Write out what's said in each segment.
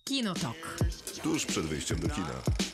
Kinotok. Tuż przed wyjściem do kina.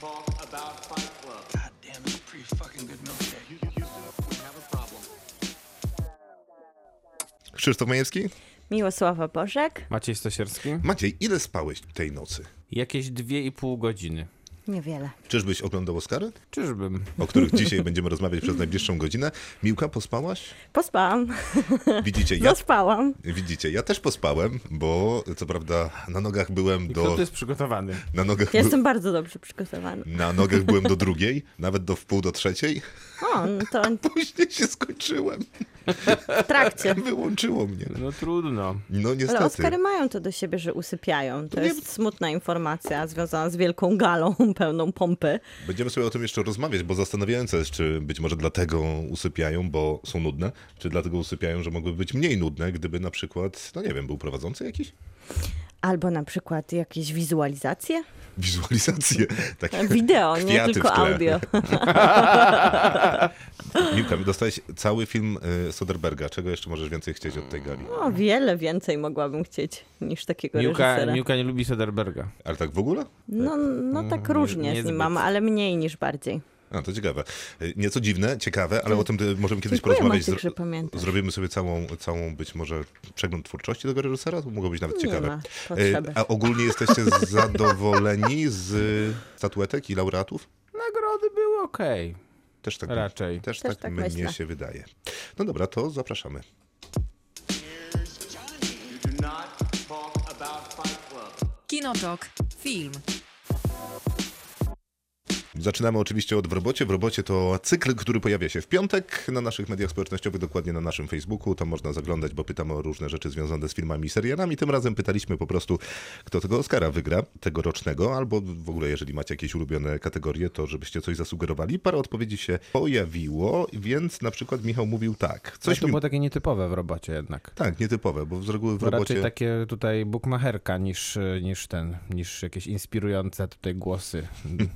Krzysztof Majewski? Miłosława Bożek? Maciej Stasierski? Maciej, ile spałeś tej nocy? Jakieś 2,5 godziny. Niewiele. Czyżbyś oglądał Oscary? Czyżbym? O których dzisiaj będziemy rozmawiać przez najbliższą godzinę. Miłka, pospałaś? Pospałam. Widzicie, Zaspałam. ja też pospałem, bo co prawda na nogach byłem Kto tu jest przygotowany? Na nogach, Ja jestem bardzo dobrze przygotowany. na nogach byłem do 2:00, nawet do wpół do 3:00. O, no to Później się skończyłem. w trakcie. Wyłączyło mnie. No trudno. No niestety. Ale Oscary mają to do siebie, że usypiają. To nie- jest smutna informacja związana z wielką galą pełną pompy. Będziemy sobie o tym jeszcze rozmawiać, bo zastanawiające jest, czy być może dlatego usypiają, bo są nudne, czy dlatego usypiają, że mogłyby być mniej nudne, gdyby na przykład, no nie wiem, był prowadzący jakiś? Albo na przykład jakieś wizualizacje. Wizualizacje. Takie Wideo, nie kwiaty tylko w tle. audio. Miłka, dostałeś cały film Soderberga. Czego jeszcze możesz więcej chcieć od tej gali? O wiele więcej mogłabym chcieć niż takiego reżysera. Miłka nie lubi Soderberga. Ale tak w ogóle? No tak różnie z nim niezbyt. mam, ale mniej niż bardziej. A, to ciekawe. Nieco dziwne, ciekawe, ale o tym możemy kiedyś Dziękuję, porozmawiać. Maciek, że pamiętasz. Zrobimy sobie całą być może przegląd twórczości tego reżysera. To mogło być nawet Nie ciekawe. ma potrzeby. A ogólnie jesteście zadowoleni z statuetek i laureatów? Nagrody były okej. Też tak, Raczej. Też Też tak tak mnie myślę. się wydaje. No dobra, to zapraszamy. Kinotok. Film. Zaczynamy oczywiście od W robocie. W robocie to cykl, który pojawia się w piątek na naszych mediach społecznościowych, dokładnie na naszym Facebooku. Tam można zaglądać, bo pytamy o różne rzeczy związane z filmami i serialami. Tym razem pytaliśmy po prostu, kto tego Oscara wygra tegorocznego, albo w ogóle jeżeli macie jakieś ulubione kategorie, to żebyście coś zasugerowali. Parę odpowiedzi się pojawiło, więc na przykład Michał mówił tak. Coś to było takie nietypowe w robocie jednak. Tak, nietypowe, bo z reguły w To robocie... raczej takie tutaj bukmacherka niż jakieś inspirujące tutaj głosy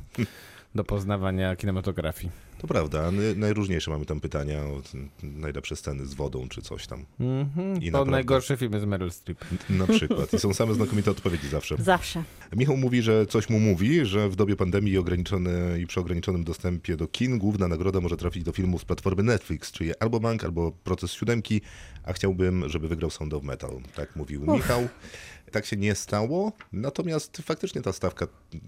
do poznawania kinematografii. To prawda, najróżniejsze mamy tam pytania o najlepsze sceny z wodą czy coś tam. I To naprawdę- najgorsze filmy z Meryl Streep. Na przykład. I są same znakomite odpowiedzi zawsze. Zawsze. Michał mówi, że coś mu mówi, że w dobie pandemii i przy ograniczonym dostępie do kin główna nagroda może trafić do filmów z platformy Netflix, czyli albo Mank, albo Proces Siódemki, a chciałbym, żeby wygrał Sound of Metal. Tak mówił Michał. Tak się nie stało, natomiast faktycznie ta stawka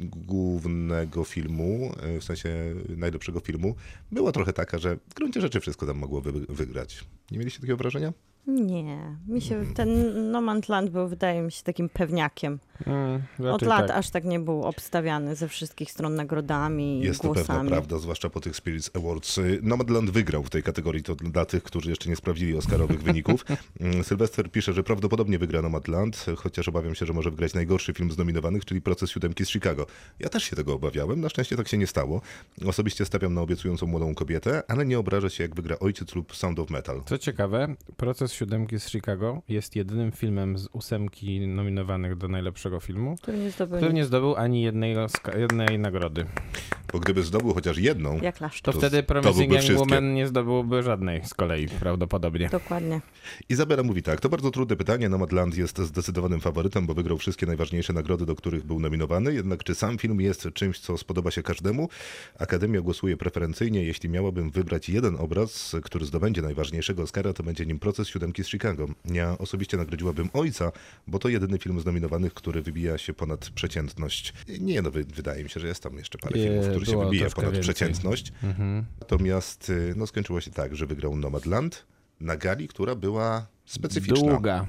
głównego filmu, w sensie najlepszego filmu, była trochę taka, że w gruncie rzeczy wszystko tam mogło wygrać. Nie mieliście takiego wrażenia? Nie. Ten No Man's Land był, wydaje mi się, takim pewniakiem. Od Raczej lat tak. aż tak nie był obstawiany ze wszystkich stron nagrodami i Jest to głosami. pewna prawda, zwłaszcza po tych Spirits Awards. Nomadland wygrał w tej kategorii, to dla tych, którzy jeszcze nie sprawdzili oscarowych wyników. Sylwester pisze, że prawdopodobnie wygra Nomadland, chociaż obawiam się, że może wygrać najgorszy film z nominowanych, czyli Proces Siódemki z Chicago. Ja też się tego obawiałem, na szczęście tak się nie stało. Osobiście stawiam na obiecującą młodą kobietę, ale nie obrażę się, jak wygra Ojciec lub Sound of Metal. Co ciekawe, Proces Siódemki z Chicago jest jedynym filmem z 8 nominowanych do najlepszego filmu, który nie zdobył ani jednej nagrody. Bo gdyby zdobył chociaż jedną, Jak laszcz. To To wtedy byłby Promising Young wszystkie. Woman nie zdobyłby żadnej z kolei prawdopodobnie. Dokładnie. Izabela mówi tak, to bardzo trudne pytanie, Nomadland jest zdecydowanym faworytem, bo wygrał wszystkie najważniejsze nagrody, do których był nominowany, jednak czy sam film jest czymś, co spodoba się każdemu? Akademia głosuje preferencyjnie, jeśli miałabym wybrać jeden obraz, który zdobędzie najważniejszego Oscara, to będzie nim Proces Siódemki z Chicago. Ja osobiście nagrodziłabym Ojca, bo to jedyny film z nominowanych, który wybija się ponad przeciętność. Nie, no wydaje mi się, że jest tam jeszcze parę filmów, które się było wybija troszkę ponad więcej. przeciętność. Natomiast no, skończyło się tak, że wygrał Nomadland na gali, która była specyficzna.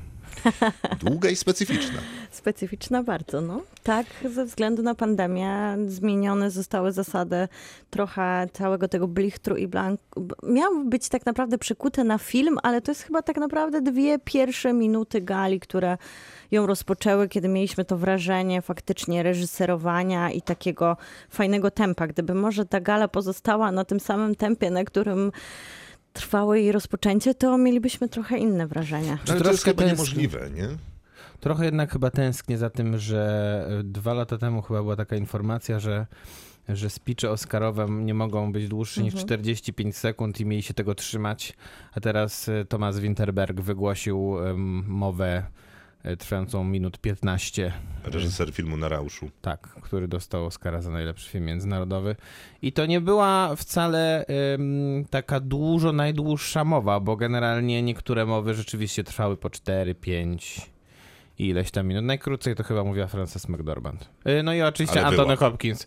Długa i specyficzna. Specyficzna bardzo, no. Tak, ze względu na pandemię zmienione zostały zasady trochę całego tego blichtru i blanku. Miał być tak naprawdę przykute na film, ale to jest chyba tak naprawdę 2 pierwsze minuty gali, które ją rozpoczęły, kiedy mieliśmy to wrażenie faktycznie reżyserowania i takiego fajnego tempa. Gdyby może ta gala pozostała na tym samym tempie, na którym trwało jej rozpoczęcie, to mielibyśmy trochę inne wrażenia. Ale to jest chyba niemożliwe, nie? Trochę jednak chyba tęsknię za tym, że 2 lata temu chyba była taka informacja, że speeche oscarowe nie mogą być dłuższe niż 45 sekund i mieli się tego trzymać, a teraz Thomas Winterberg wygłosił mowę trwającą minut 15. Reżyser filmu Na rauszu. Tak, który dostał Oscara za najlepszy film międzynarodowy. I to nie była wcale taka najdłuższa mowa, bo generalnie niektóre mowy rzeczywiście trwały po 4, 5 i ileś tam minut. Najkrócej to chyba mówiła Frances McDormand. No i oczywiście Ale Anthony była. Hopkins.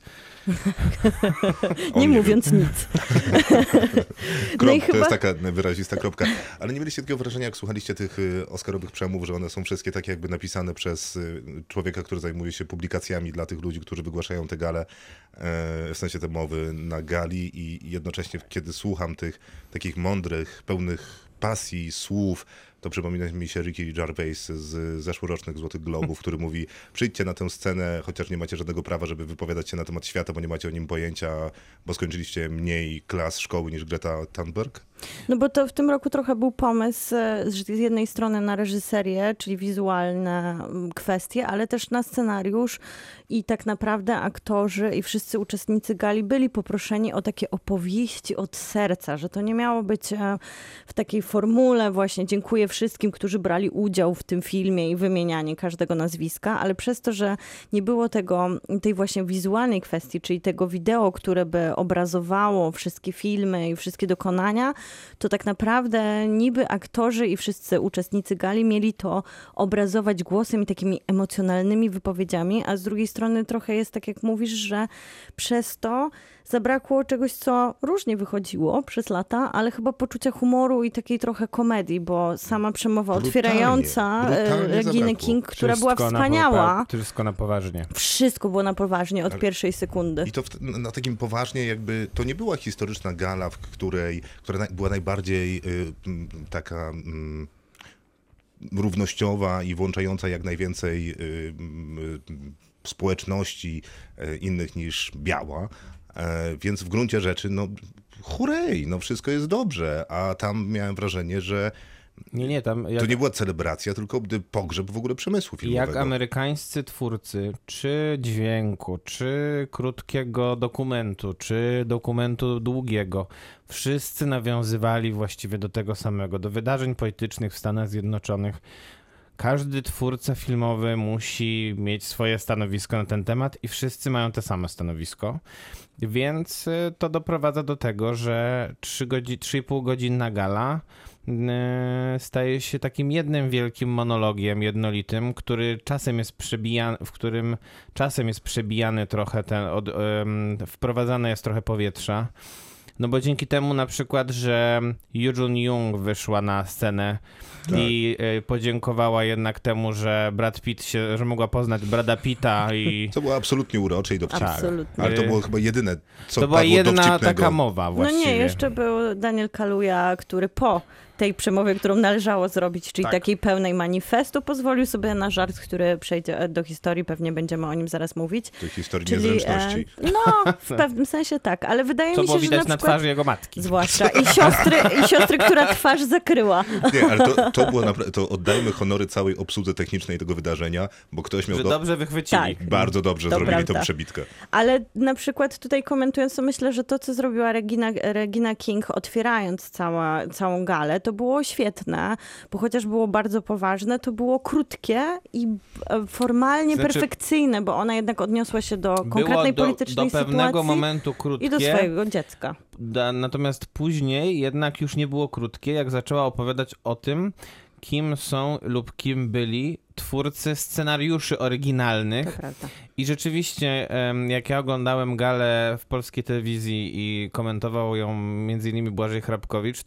Nie mówiąc nic. No i To chyba... jest taka wyrazista kropka. Ale nie mieliście takiego wrażenia, jak słuchaliście tych oscarowych przemów, że one są wszystkie tak jakby napisane przez człowieka, który zajmuje się publikacjami dla tych ludzi, którzy wygłaszają te gale, w sensie te mowy na gali i jednocześnie kiedy słucham tych takich mądrych, pełnych pasji, słów, to przypomina mi się Ricky Gervais z zeszłorocznych Złotych Globów, który mówi: przyjdźcie na tę scenę, chociaż nie macie żadnego prawa, żeby wypowiadać się na temat świata, bo nie macie o nim pojęcia, bo skończyliście mniej klas szkoły niż Greta Thunberg. No bo to w tym roku trochę był pomysł z jednej strony na reżyserię, czyli wizualne kwestie, ale też na scenariusz i tak naprawdę aktorzy i wszyscy uczestnicy gali byli poproszeni o takie opowieści od serca, że to nie miało być w takiej formule właśnie dziękuję wszystkim, którzy brali udział w tym filmie i wymienianie każdego nazwiska, ale przez to, że nie było tej właśnie wizualnej kwestii, czyli tego wideo, które by obrazowało wszystkie filmy i wszystkie dokonania, to tak naprawdę niby aktorzy i wszyscy uczestnicy gali mieli to obrazować głosem i takimi emocjonalnymi wypowiedziami, a z drugiej strony trochę jest tak, jak mówisz, że przez to zabrakło czegoś, co różnie wychodziło przez lata, ale chyba poczucia humoru i takiej trochę komedii, bo sama przemowa otwierająca Reginy King, która była wspaniała. Wszystko na poważnie. Wszystko było na poważnie od pierwszej sekundy. I to na takim poważnie jakby, to nie była historyczna gala, która była najbardziej taka równościowa i włączająca jak najwięcej społeczności innych niż biała. Więc w gruncie rzeczy, no hurrej, no wszystko jest dobrze, a tam miałem wrażenie, że tam to nie była celebracja, tylko pogrzeb w ogóle przemysłu filmowego. Jak amerykańscy twórcy, czy dźwięku, czy krótkiego dokumentu, czy dokumentu długiego, wszyscy nawiązywali właściwie do tego samego, do wydarzeń politycznych w Stanach Zjednoczonych. Każdy twórca filmowy musi mieć swoje stanowisko na ten temat i wszyscy mają te same stanowisko, więc to doprowadza do tego, że 3,5 godzinna gala staje się takim jednym wielkim monologiem jednolitym, w którym czasem jest przebijany trochę wprowadzane jest trochę powietrza. No bo dzięki temu na przykład, że Yoo Jung wyszła na scenę i podziękowała jednak temu, że że mogła poznać Brada Pitta i... Co było absolutnie urocze i dowcipne. Absolutnie. Ale to było chyba jedyne, co to była padło jedna dowcipnego. taka mowa właściwie. No nie, jeszcze był Daniel Kaluuya, który po tej przemowie, którą należało zrobić, czyli takiej pełnej manifestu, pozwolił sobie na żart, który przejdzie do historii, pewnie będziemy o nim zaraz mówić. Tej historii niezręczności. No, w pewnym sensie tak, ale wydaje mi się, było że widać na przykład... twarzy jego matki. Zwłaszcza. I siostry, która twarz zakryła. Nie, ale to było naprawdę, to oddajmy honory całej obsłudze technicznej tego wydarzenia, bo ktoś miał... Że dobrze wychwycili. Tak. Bardzo dobrze To zrobili prawda. tą przebitkę. Ale na przykład tutaj komentując, to myślę, że to, co zrobiła Regina King, otwierając całą galę, to było świetne, bo chociaż było bardzo poważne, to było krótkie i formalnie perfekcyjne, bo ona jednak odniosła się do konkretnej politycznej do pewnego sytuacji momentu krótkie. i do swojego dziecka. Natomiast później jednak już nie było krótkie, jak zaczęła opowiadać o tym, kim są lub kim byli twórcy scenariuszy oryginalnych. To prawda. I rzeczywiście, jak ja oglądałem galę w polskiej telewizji i komentował ją m.in. Błażej Hrabkowicz,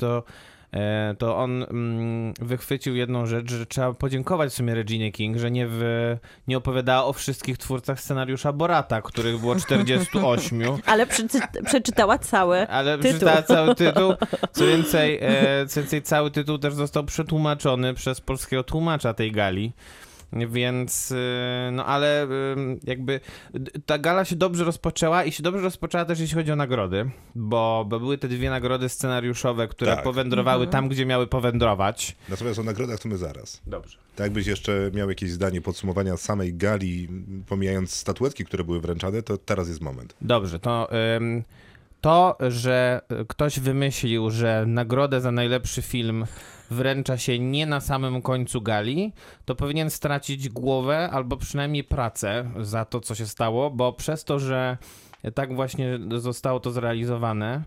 to on wychwycił jedną rzecz, że trzeba podziękować w sumie Reginie King, że nie opowiadała o wszystkich twórcach scenariusza Borata, których było 48. Ale przeczytała cały Przeczytała cały tytuł. Co więcej, cały tytuł też został przetłumaczony przez polskiego tłumacza tej gali. Więc, no ale jakby ta gala się dobrze rozpoczęła i się dobrze rozpoczęła też jeśli chodzi o nagrody, bo były te dwie nagrody scenariuszowe, które powędrowały tam, gdzie miały powędrować. Natomiast o nagrodach to my zaraz. Dobrze. Tak jakbyś jeszcze miał jakieś zdanie podsumowania samej gali, pomijając statuetki, które były wręczane, to teraz jest moment. Dobrze, to To, że ktoś wymyślił, że nagrodę za najlepszy film wręcza się nie na samym końcu gali, to powinien stracić głowę albo przynajmniej pracę za to, co się stało, bo przez to, że tak właśnie zostało to zrealizowane,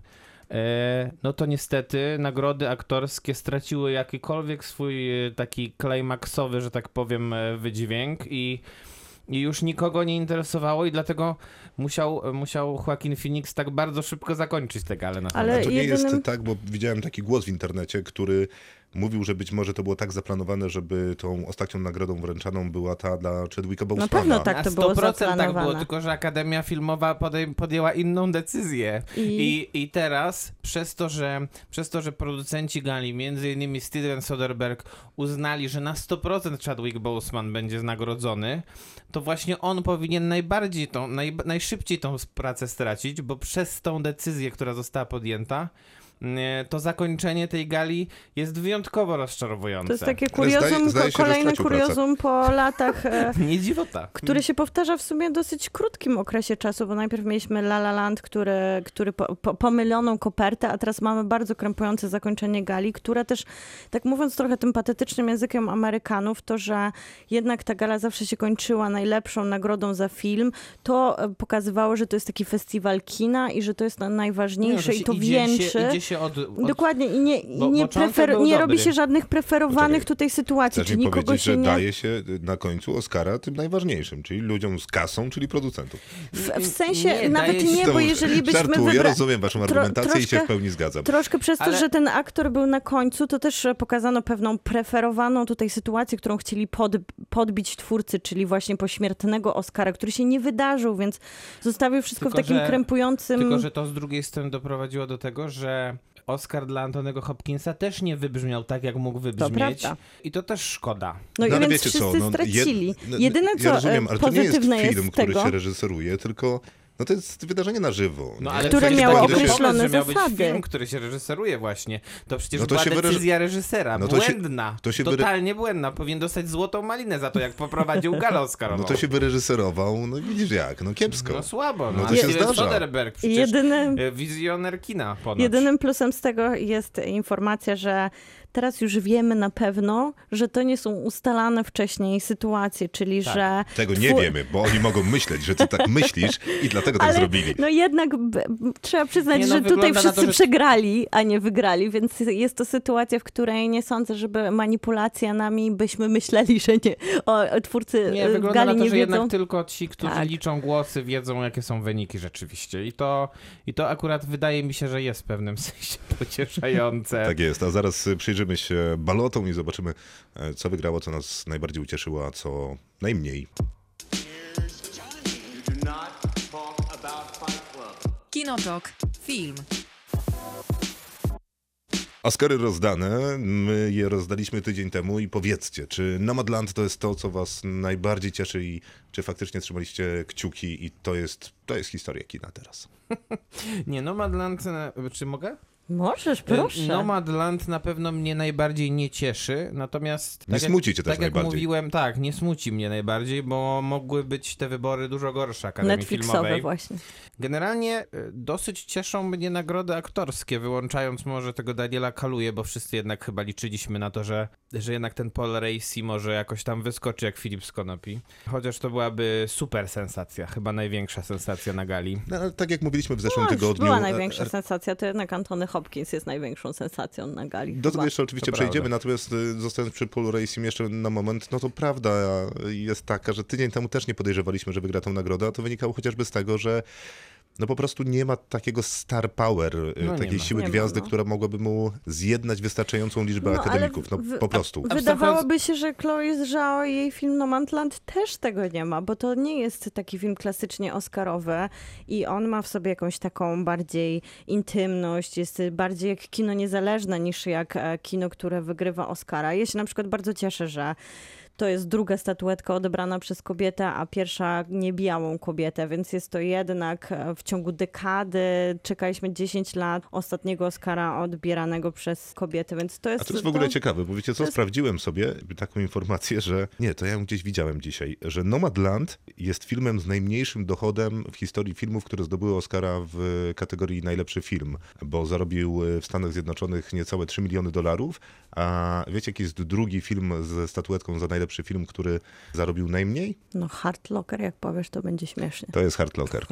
no to niestety nagrody aktorskie straciły jakikolwiek swój taki klimaksowy, że tak powiem, wydźwięk i już nikogo nie interesowało i dlatego musiał Joaquin Phoenix tak bardzo szybko zakończyć tę galę. Ale To nie jest tak, bo widziałem taki głos w internecie, który mówił, że być może to było tak zaplanowane, żeby tą ostatnią nagrodą wręczaną była ta dla Chadwicka Bosemana. Na pewno tak to było 100% tak zaplanowane. było, tylko że Akademia Filmowa podjęła inną decyzję. I teraz przez to, że producenci gali, między innymi Steven Soderbergh, uznali, że na 100% Chadwick Boseman będzie nagrodzony, to właśnie on powinien najszybciej tą pracę stracić, bo przez tą decyzję, która została podjęta, to zakończenie tej gali jest wyjątkowo rozczarowujące. To jest takie kuriozum, kolejne kuriozum po latach, nie dziwota. które się powtarza w sumie dosyć krótkim okresie czasu, bo najpierw mieliśmy La La Land, który pomyloną kopertę, a teraz mamy bardzo krępujące zakończenie gali, które też, tak mówiąc trochę tym patetycznym językiem Amerykanów, to, że jednak ta gala zawsze się kończyła najlepszą nagrodą za film, to pokazywało, że to jest taki festiwal kina i że to jest najważniejsze i to wieńczy. Dokładnie i nie robi się żadnych preferowanych tutaj sytuacji. Chcesz mi powiedzieć, że daje się na końcu Oscara tym najważniejszym, czyli ludziom z kasą, czyli producentów. W sensie nawet nie, bo jeżeli byśmy Żartuję, rozumiem waszą argumentację i się w pełni zgadzam. Troszkę przez to, że ten aktor był na końcu, to też pokazano pewną preferowaną tutaj sytuację, którą chcieli podbić twórcy, czyli właśnie pośmiertnego Oscara, który się nie wydarzył, więc zostawił wszystko w takim krępującym... Tylko, że to z drugiej strony doprowadziło do tego, że Oscar dla Antonego Hopkinsa też nie wybrzmiał tak, jak mógł wybrzmieć. I to też szkoda. No i ale więc wiecie wszyscy co, stracili. Jedyne, co ja rozumiem, ale to nie jest film, który tego, się reżyseruje, tylko to jest wydarzenie na żywo. No, ale które miało określone miał być zasady. film, który się reżyseruje właśnie. To przecież była decyzja reżysera. Błędna. Totalnie błędna. Powinien dostać złotą malinę za to, jak poprowadził galę oscarową. No to się wyreżyserował, no widzisz jak, no kiepsko. No słabo. No to się zdarza. Soderbergh przecież wizjoner kina ponoć. Jedynym plusem z tego jest informacja, że teraz już wiemy na pewno, że to nie są ustalane wcześniej sytuacje, czyli że... Tego nie wiemy, bo oni mogą myśleć, że ty tak myślisz i dlatego tak zrobili. No jednak trzeba przyznać, że tutaj wszyscy przegrali, a nie wygrali, więc jest to sytuacja, w której nie sądzę, żeby manipulacjami byśmy myśleli, że nie. Twórcy nie, wygląda gali na to, nie że wiedzą. jednak tylko ci, którzy liczą głosy, wiedzą, jakie są wyniki rzeczywiście. I to akurat wydaje mi się, że jest w pewnym sensie pocieszające. Tak jest, a zaraz przyjrzymy się balotom i zobaczymy, co wygrało, co nas najbardziej ucieszyło, a co najmniej. Kinotok. Film. Oscary rozdane, my je rozdaliśmy tydzień temu i powiedzcie, czy Nomadland to jest to, co was najbardziej cieszy i czy faktycznie trzymaliście kciuki i to jest historia kina teraz? Nie, Nomadland, czy mogę? Możesz, proszę. Nomadland na pewno mnie najbardziej nie cieszy, natomiast... Nie smuci cię też najbardziej. Tak jak mówiłem, nie smuci mnie najbardziej, bo mogły być te wybory dużo gorsze Akademii Netflixowe Filmowej. właśnie. Generalnie dosyć cieszą mnie nagrody aktorskie, wyłączając może tego Daniela Kaluuya, bo wszyscy jednak chyba liczyliśmy na to, że jednak ten Paul Raci może jakoś tam wyskoczy jak Philip Skonopi. Chociaż to byłaby super sensacja, chyba największa sensacja na gali. No, ale tak jak mówiliśmy w zeszłym tygodniu... Była największa sensacja, to jednak Anthony Hopkins jest największą sensacją na gali. Do tego jeszcze oczywiście przejdziemy, natomiast zostając przy Paul Racim jeszcze na moment, no to prawda jest taka, że tydzień temu też nie podejrzewaliśmy, że wygra tę nagrodę, a to wynikało chociażby z tego, że no po prostu nie ma takiego star power, takiej siły gwiazdy, która mogłaby mu zjednać wystarczającą liczbę akademików. Po prostu. Wydawałoby się, że Chloe Zhao i jej film Nomadland też tego nie ma, bo to nie jest taki film klasycznie oscarowy i on ma w sobie jakąś taką bardziej intymność, jest bardziej jak kino niezależne niż jak kino, które wygrywa Oscara. Ja się na przykład bardzo cieszę, że to jest druga statuetka odebrana przez kobietę, a pierwsza niebiałą kobietę, więc jest to jednak w ciągu dekady, czekaliśmy 10 lat ostatniego Oscara odbieranego przez kobiety, więc to jest... A to jest w ogóle ciekawe, bo wiecie co, sprawdziłem sobie taką informację, że nie, to ja ją gdzieś widziałem dzisiaj, że Nomadland jest filmem z najmniejszym dochodem w historii filmów, które zdobyły Oscara w kategorii najlepszy film, bo zarobił w Stanach Zjednoczonych niecałe $3 miliony, a wiecie jaki jest drugi film ze statuetką za najlepszy film, który zarobił najmniej? No Hurt Locker, jak powiesz, to będzie śmiesznie. To jest Hurt Locker.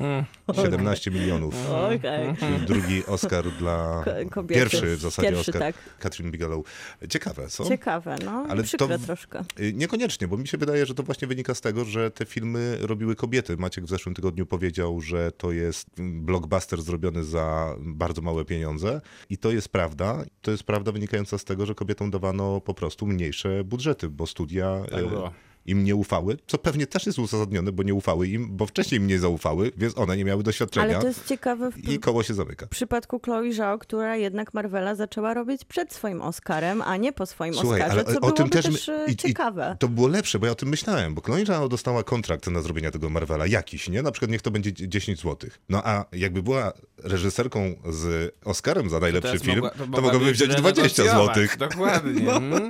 17 milionów. Okej. Drugi Oscar dla... Kobiety. Pierwszy w zasadzie Pierwszy, Oscar. tak. Catherine Bigelow. Ciekawe, co? Ciekawe, no. Ale przykre to troszkę. Niekoniecznie, bo mi się wydaje, że to właśnie wynika z tego, że te filmy robiły kobiety. Maciek w zeszłym tygodniu powiedział, że to jest blockbuster zrobiony za bardzo małe pieniądze i to jest prawda. To jest prawda wynikająca z tego, że kobietom dawano po prostu mniejsze budżety, bo studia Tak było. im nie ufały, co pewnie też jest uzasadnione, bo nie ufały im, bo wcześniej im nie zaufały, więc one nie miały doświadczenia. Ale to jest ciekawe I koło się zamyka. w przypadku Chloe Zhao, która jednak Marvela zaczęła robić przed swoim Oscarem, a nie po swoim Słuchaj, Oscarze, ale co o tym byłoby też ciekawe. To było lepsze, bo ja o tym myślałem, bo Chloe Zhao dostała kontrakt na zrobienie tego Marvela jakiś, nie? Na przykład niech to będzie 10 zł. No a jakby była reżyserką z Oscarem za najlepszy film, to mogłaby wziąć 20 zł. Dokładnie.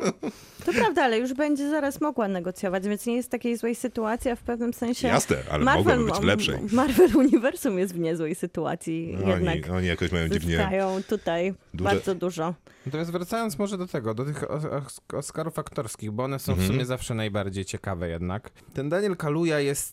To prawda, ale już będzie zaraz mogła negocjować, więc nie jest w takiej złej sytuacji, a w pewnym sensie... Jasne, ale mogłaby być w lepszej. Marvel Uniwersum jest w niezłej sytuacji jednak. Oni jakoś mają dziwnie... Zyskają tutaj bardzo dużo. Natomiast wracając może do tego, do tych Oscarów aktorskich, bo one są w sumie zawsze najbardziej ciekawe jednak. Ten Daniel Kaluuya jest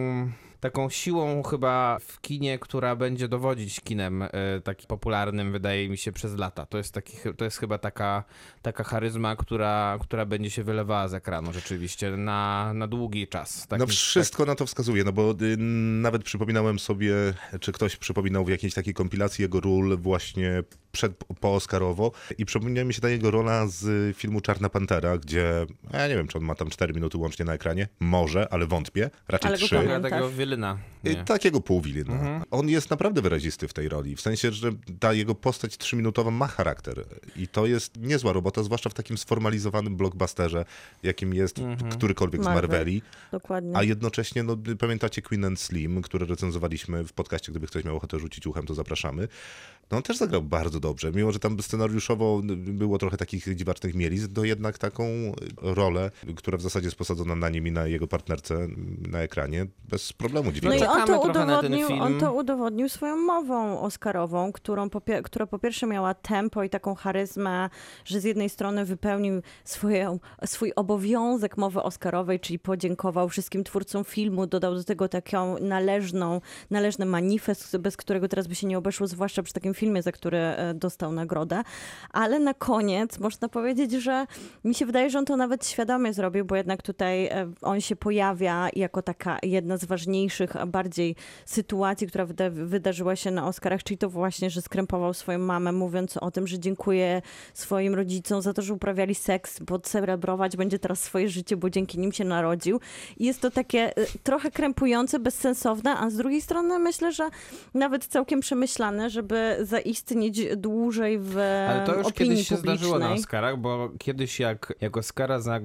taką siłą chyba w kinie, która będzie dowodzić kinem takim popularnym, wydaje mi się, przez lata. To jest chyba taka charyzma, która będzie się wylewała z ekranu rzeczywiście na długi czas. No wszystko na to wskazuje, no bo nawet przypominałem sobie, czy ktoś przypominał w jakiejś takiej kompilacji jego ról właśnie po-oscarowo i przypomniała mi się ta jego rola z filmu Czarna Pantera, gdzie, ja nie wiem, czy on ma tam 4 minuty łącznie na ekranie, może, ale wątpię, raczej 3. Takiego Wilyna. Takiego półwilina. On jest naprawdę wyrazisty w tej roli, w sensie, że ta jego postać 3-minutowa ma charakter i to jest niezła robota, zwłaszcza w takim sformalizowanym blockbusterze, jakim jest którykolwiek z Marveli. Dokładnie. A jednocześnie, no, pamiętacie Queen and Slim, które recenzowaliśmy w podcaście, gdyby ktoś miał ochotę rzucić uchem, to zapraszamy. No on też zagrał bardzo dobrze, mimo że tam scenariuszowo było trochę takich dziwacznych mielizn, to jednak taką rolę, która w zasadzie jest posadzona na nim i na jego partnerce na ekranie, bez problemu dźwigał. No i film. on to udowodnił swoją mową oscarową, która po pierwsze miała tempo i taką charyzmę, że z jednej strony wypełnił swój obowiązek mowy oscarowej, czyli podziękował wszystkim twórcom filmu, dodał do tego taką należny manifest, bez którego teraz by się nie obeszło, zwłaszcza przy takim filmie, za który dostał nagrodę. Ale na koniec można powiedzieć, że mi się wydaje, że on to nawet świadomie zrobił, bo jednak tutaj on się pojawia jako taka jedna z ważniejszych, bardziej sytuacji, która wydarzyła się na Oscarach, czyli to właśnie, że skrępował swoją mamę, mówiąc o tym, że dziękuję swoim rodzicom za to, że uprawiali seks, bo celebrować będzie teraz swoje życie, bo dzięki nim się narodził. I jest to takie trochę krępujące, bezsensowne, a z drugiej strony myślę, że nawet całkiem przemyślane, żeby zaistnieć dłużej w opinii publicznej. Ale to już kiedyś się zdarzyło na Oscarach, bo kiedyś jak Oscara za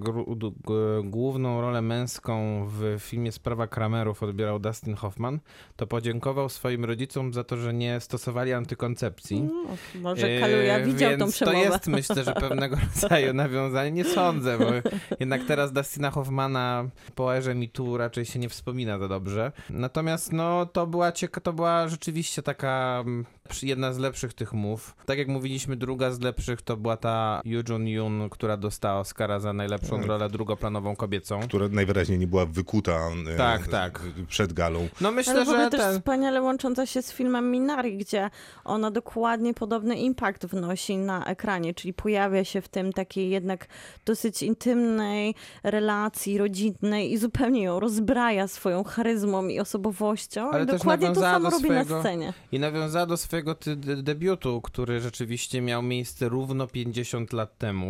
główną rolę męską w filmie Sprawa Kramerów odbierał Dustin Hoffman, to podziękował swoim rodzicom za to, że nie stosowali antykoncepcji. Może Kaluuya widział tą przemowę. To jest, myślę, że pewnego rodzaju nawiązanie. Nie sądzę, bo jednak teraz Dustina Hoffmana po erze MeToo raczej się nie wspomina za dobrze. Natomiast no, to była rzeczywiście taka jedna z lepszych tych mów. Tak jak mówiliśmy, druga z lepszych to była ta Yoo Jun-yoon, która dostała Oscara za najlepszą rolę drugoplanową kobiecą. Która najwyraźniej nie była wykuta przed galą. No myślę, że też wspaniale łącząca się z filmem Minari, gdzie ona dokładnie podobny impact wnosi na ekranie, czyli pojawia się w tym takiej jednak dosyć intymnej relacji rodzinnej i zupełnie ją rozbraja swoją charyzmą i osobowością. Ale i dokładnie to samo robi na scenie. I nawiązała do swojego debiutu, który rzeczywiście miał miejsce równo 50 lat temu.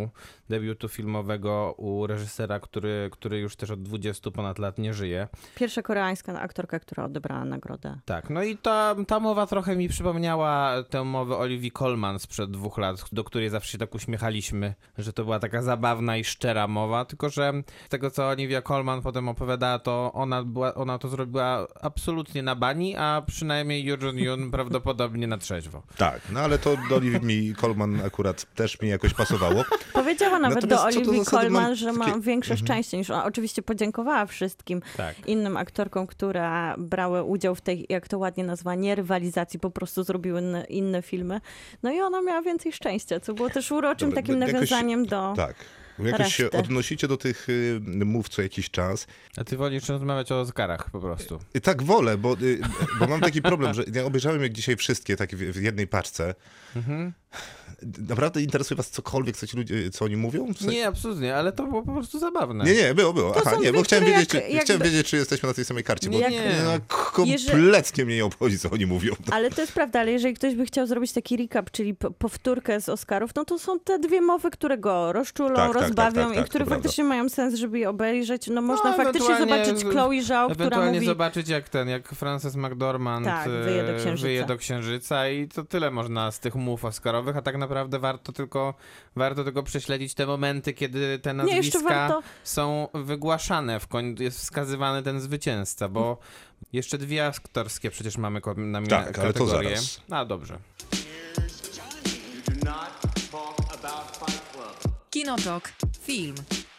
debiutu filmowego u reżysera, który już też od 20 ponad lat nie żyje. Pierwsza koreańska aktorka, która odebrała nagrodę. Tak, no i ta mowa trochę mi przypomniała tę mowę Olivii Colman sprzed 2 lat, do której zawsze się tak uśmiechaliśmy, że to była taka zabawna i szczera mowa, tylko że z tego, co Olivia Colman potem opowiadała, to ona to zrobiła absolutnie na bani, a przynajmniej Yoo Jun-yoon prawdopodobnie na trzeźwo. Tak, no ale to do Olivii Colman akurat też mi jakoś pasowało. Powiedziała nawet Natomiast do co do Olivii zasady Colman, mam że ma takie- większe szczęście niż ona. Oczywiście podziękowała wszystkim Tak. innym aktorkom, które brały udział w tej, jak to ładnie nazywa, nie rywalizacji, po prostu zrobiły inne filmy. No i ona miała więcej szczęścia, co było też uroczym Dobra, takim jakoś- nawiązaniem do... Tak. Jakoś się reszty. odnosicie do tych mów co jakiś czas. A ty wolisz rozmawiać o Oscarach po prostu. Tak wolę, bo mam taki problem, że ja obejrzałem jak dzisiaj wszystkie tak w jednej paczce. Naprawdę interesuje was cokolwiek, co oni mówią? W sensie- Nie, absolutnie, ale to było po prostu zabawne. Nie, było. To Aha, są nie, bo dwie, chciałem które wiedzieć, jakby- wiedzieć, czy jesteśmy na tej samej karcie, bo Jak- kompletnie mnie nie obchodzi, co oni mówią. Ale to jest prawda, ale jeżeli ktoś by chciał zrobić taki recap, czyli powtórkę z Oscarów, no to są te dwie mowy, które go rozczulą, Tak, rozbawią tak, i które to faktycznie mają sens, żeby je obejrzeć. No można No, faktycznie ewentualnie- zobaczyć Chloe Zhao, która Ewentualnie mówi... zobaczyć jak Frances McDormand Tak, wyje do Księżyca. wyje do Księżyca i to tyle można z tych mów oscarowych, a tak naprawdę warto tylko prześledzić te momenty, kiedy te Nie, jeszcze nazwiska warto... są wygłaszane, w końcu jest wskazywany ten zwycięzca, bo jeszcze 2 aktorskie przecież mamy na Tak, ale to kategorie. zaraz. A, dobrze. Kinotok. Film.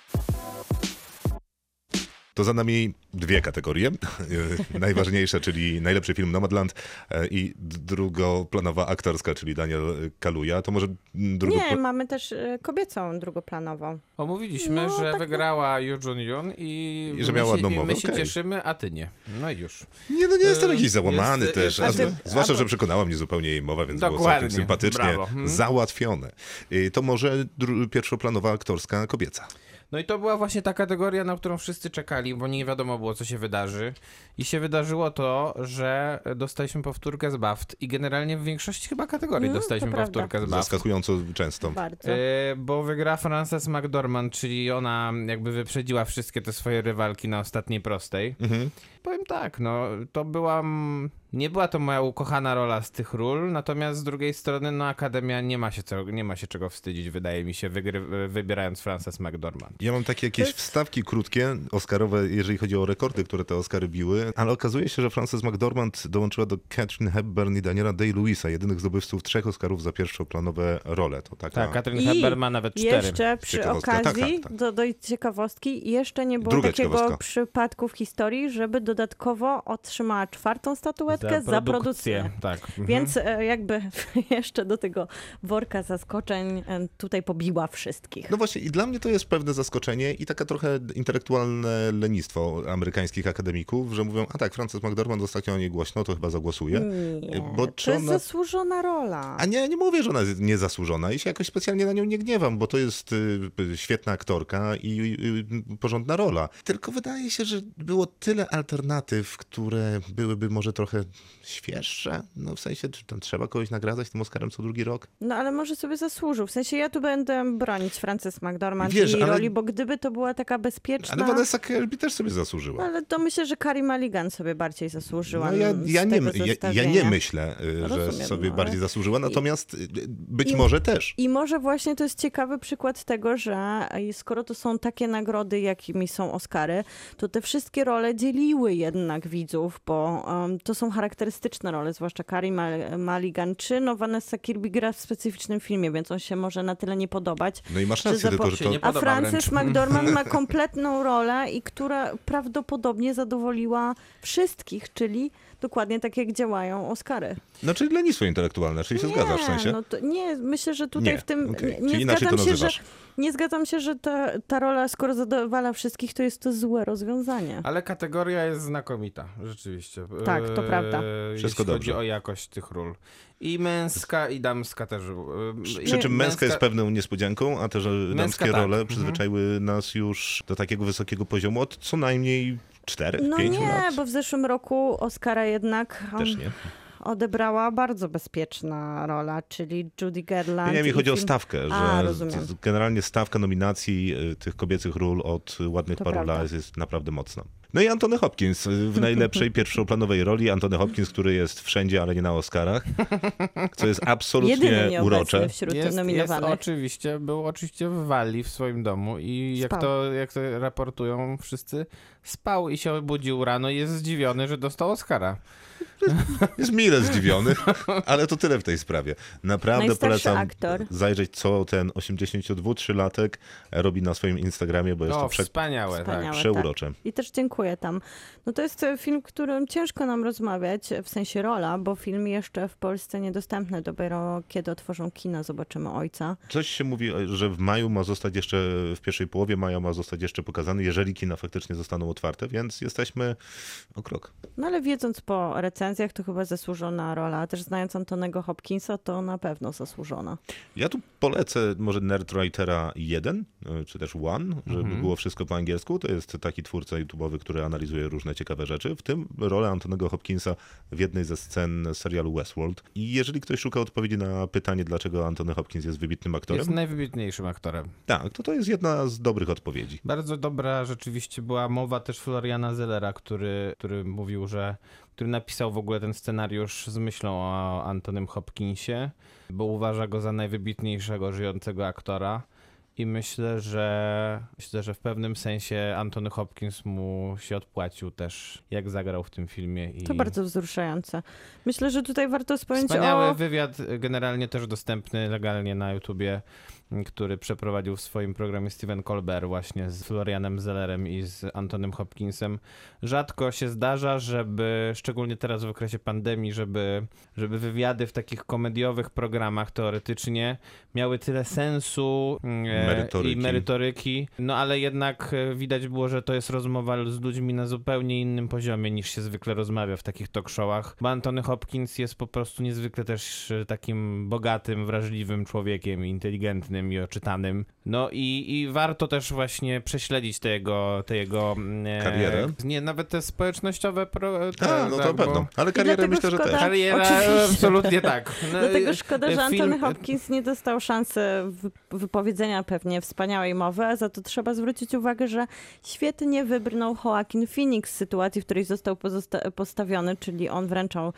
To za nami 2 kategorie. Najważniejsza, czyli najlepszy film Nomadland i drugoplanowa aktorska, czyli Daniel Kaluuya. To może Nie, mamy też kobiecą drugoplanową. Omówiliśmy, No, że tak- wygrała Yoo Jun-yoon i że miała ładną mowę, my się okej. cieszymy, a ty nie. No i już. Nie, no nie jestem jakiś załamany jest- też. jest- Zwłaszcza, że przekonała mnie zupełnie jej mowa, więc było Dokładnie. całkiem sympatycznie Brawo. załatwione. To może pierwszoplanowa aktorska kobieca. No i to była właśnie ta kategoria, na którą wszyscy czekali, bo nie wiadomo było, co się wydarzy. I się wydarzyło to, że dostaliśmy powtórkę z BAFT i generalnie w większości chyba kategorii dostaliśmy to prawda. powtórkę z BAFT. Zaskakująco często. Bardzo. Bo wygra Frances McDormand, czyli ona jakby wyprzedziła wszystkie te swoje rywalki na ostatniej prostej. Powiem tak, no to nie była to moja ukochana rola z tych ról, natomiast z drugiej strony no Akademia nie ma się czego wstydzić, wydaje mi się, wybierając Frances McDormand. Ja mam takie jakieś wstawki krótkie, oscarowe, jeżeli chodzi o rekordy, które te Oscary biły, ale okazuje się, że Frances McDormand dołączyła do Katharine Hepburn i Daniela Day-Lewisa, jedynych zdobywców 3 Oscarów za pierwszoplanowe role. To taka... Tak, Katharine I Hepburn ma nawet 4. jeszcze przy Ciekawostka. okazji, Tak. do ciekawostki, jeszcze nie było Druga takiego ciekawostka. przypadku w historii, żeby dodatkowo otrzymała 4. statuetkę za produkcję. Tak. Więc jakby jeszcze do tego worka zaskoczeń tutaj pobiła wszystkich. No właśnie i dla mnie to jest pewne zaskoczenie i taka trochę intelektualne lenistwo amerykańskich akademików, że mówią, a tak, Frances McDormand ostatnio o niej głośno, to chyba zagłosuje. Nie, Bo to czy jest ona... zasłużona rola. A nie mówię, że ona jest niezasłużona i się jakoś specjalnie na nią nie gniewam, bo to jest świetna aktorka i porządna rola. Tylko wydaje się, że było tyle alternatyw, które byłyby może trochę świeższe. No w sensie, czy tam trzeba kogoś nagradzać tym Oscarem co drugi rok? No ale może sobie zasłużył. W sensie ja tu będę bronić Frances McDormand Wiesz, i jej ale- roli, bo gdyby to była taka bezpieczna... Ale Vanessa Kirby też sobie zasłużyła. Ale to myślę, że Carey Mulligan sobie bardziej zasłużyła. No ja nie myślę, że Rozumiem, sobie no, bardziej ale- zasłużyła, natomiast być i- może też. I może właśnie to jest ciekawy przykład tego, że skoro to są takie nagrody, jakimi są Oscary, to te wszystkie role dzieliły jednak widzów, bo to są charakterystyczne role, zwłaszcza Carey Mulligan, czy no Vanessa Kirby gra w specyficznym filmie, więc on się może na tyle nie podobać. No i masz Czy rację, tylko że się to... nie A podoba Frances wręcz. McDormand ma kompletną rolę i która prawdopodobnie zadowoliła wszystkich, czyli dokładnie tak jak działają Oscary. No czyli lenistwo intelektualne, czyli się zgadzasz w sensie? No to nie, myślę, że tutaj Nie, w tym okej. nie Czyli inaczej to zgadzam się, że nazywasz. nie zgadzam się, że ta rola, skoro zadowala wszystkich, to jest to złe rozwiązanie. Ale kategoria jest znakomita, rzeczywiście. Tak, to prawda. Wszystko jeśli chodzi dobrze. o jakość tych ról. I męska, i damska też. Przy czym męska jest pewną niespodzianką, a te damskie tak. role przyzwyczaiły nas już do takiego wysokiego poziomu od co najmniej 4-5 No nie, lat. bo w zeszłym roku Oscara jednak Też nie. odebrała bardzo bezpieczna rola, czyli Judy Garland. Nie, mi i chodzi o film- stawkę, A, że rozumiem. generalnie stawka nominacji tych kobiecych ról od ładnych To paru prawda. lat jest naprawdę mocna. No i Anthony Hopkins w najlepszej pierwszoplanowej roli. Anthony Hopkins, który jest wszędzie, ale nie na Oscarach, co jest Jedyny absolutnie nieobecny urocze. wśród Jest nominowanych. oczywiście, był oczywiście w Walii w swoim domu i Spał. jak to raportują wszyscy, spał i się obudził rano i jest zdziwiony, że dostał Oscara. Jest mile zdziwiony, ale to tyle w tej sprawie. Naprawdę Najstarszy polecam aktor. zajrzeć, co ten 82-3-latek robi na swoim Instagramie, bo jest to Wspaniałe, Wspaniałe. tak. przeurocze. I też dziękuję tam. No to jest film, którym ciężko nam rozmawiać, w sensie rola, bo film jeszcze w Polsce niedostępny. Dopiero kiedy otworzą kina, zobaczymy Ojca. Coś się mówi, że w maju ma zostać jeszcze, w pierwszej połowie maja ma zostać jeszcze pokazany, jeżeli kina faktycznie zostaną otwarte, więc jesteśmy o krok. No ale wiedząc po recenzjach, to chyba zasłużona rola. A też znając Antonego Hopkinsa, to na pewno zasłużona. Ja tu polecę może Nerdwritera 1, czy też One, żeby było wszystko po angielsku. To jest taki twórca YouTube'owy, który analizuje różne ciekawe rzeczy, w tym rolę Antonego Hopkinsa w jednej ze scen serialu Westworld. I jeżeli ktoś szuka odpowiedzi na pytanie, dlaczego Anthony Hopkins jest wybitnym aktorem, Jest najwybitniejszym aktorem. tak, to jest jedna z dobrych odpowiedzi. Bardzo dobra rzeczywiście była mowa też Floriana Zellera, który mówił, który napisał w ogóle ten scenariusz z myślą o Antonym Hopkinsie, bo uważa go za najwybitniejszego żyjącego aktora. I myślę, że w pewnym sensie Anthony Hopkins mu się odpłacił też, jak zagrał w tym filmie. To bardzo wzruszające. Myślę, że tutaj warto wspomnieć Wspaniały o... wywiad, generalnie też dostępny legalnie na YouTubie, który przeprowadził w swoim programie Stephen Colbert właśnie z Florianem Zellerem i z Antonym Hopkinsem. Rzadko się zdarza, żeby, szczególnie teraz w okresie pandemii, żeby wywiady w takich komediowych programach teoretycznie miały tyle sensu i merytoryki, no ale jednak widać było, że to jest rozmowa z ludźmi na zupełnie innym poziomie niż się zwykle rozmawia w takich talk showach, bo Anthony Hopkins jest po prostu niezwykle też takim bogatym, wrażliwym człowiekiem, inteligentnym i oczytanym. No i warto też właśnie prześledzić tę jego Karierę? Nie, nawet te społecznościowe No to pewno, ale karierę dlatego myślę, że szkoda- też. Kariera Oczywiście. absolutnie tak. No, Dlatego szkoda, że film- Anthony Hopkins nie dostał szansy wypowiedzenia pewnie wspaniałej mowy, a za to trzeba zwrócić uwagę, że świetnie wybrnął Joaquin Phoenix z sytuacji, w której został postawiony, czyli on wręczał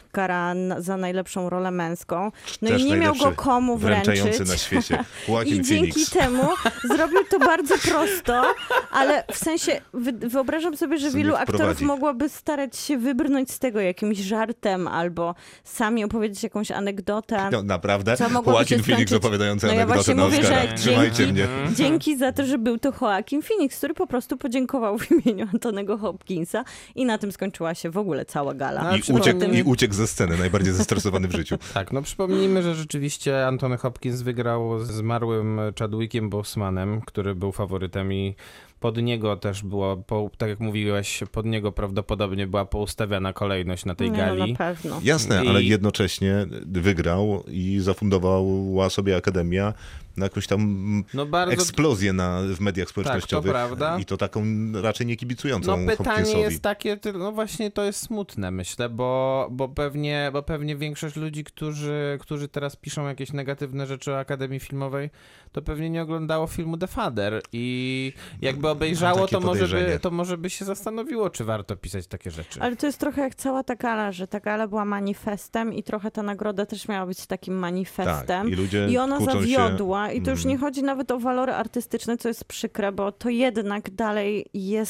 za najlepszą rolę męską. No Też i nie miał go najlepszy komu wręczający wręczyć. na świecie. Joaquin I dzięki Phoenix. temu zrobił to bardzo prosto, ale w sensie wyobrażam sobie, że Co wielu mnie aktorów wprowadzi. mogłoby starać się wybrnąć z tego jakimś żartem albo sami opowiedzieć jakąś anegdotę. No naprawdę? Co mogłoby Joaquin się Phoenix skończyć? opowiadający No ja anegdotę właśnie na mówię, że Oscarach. jak Trzymajcie dzięki- mnie. Dzięki za to, że był to Joaquin Phoenix, który po prostu podziękował w imieniu Antonego Hopkinsa i na tym skończyła się w ogóle cała gala. No, I uciekł ze sceny, najbardziej zestresowany w życiu. Tak, no przypomnijmy, że rzeczywiście Anthony Hopkins wygrał z zmarłym Chadwickiem Bosemanem, który był faworytem i pod niego też było, tak jak mówiłeś, pod niego prawdopodobnie była poustawiana kolejność na tej Nie, no, gali. na pewno. Jasne, I- ale jednocześnie wygrał i zafundowała sobie Akademia na jakąś tam No bardzo eksplozję w mediach społecznościowych. prawda. I to taką raczej nie kibicującą No pytanie Hopkinsowi. jest takie, no właśnie to jest smutne, myślę, bo pewnie większość ludzi, którzy teraz piszą jakieś negatywne rzeczy o Akademii Filmowej, to pewnie nie oglądało filmu The Father i jakby obejrzało, takie podejrzenie. to może by się zastanowiło, czy warto pisać takie rzeczy. Ale to jest trochę jak cała ta gala, że ta gala była manifestem i trochę ta nagroda też miała być takim manifestem. Tak, i ludzie I ona kłócą zawiodła i to już Mhm. nie chodzi nawet o walory artystyczne, co jest przykre, bo to jednak dalej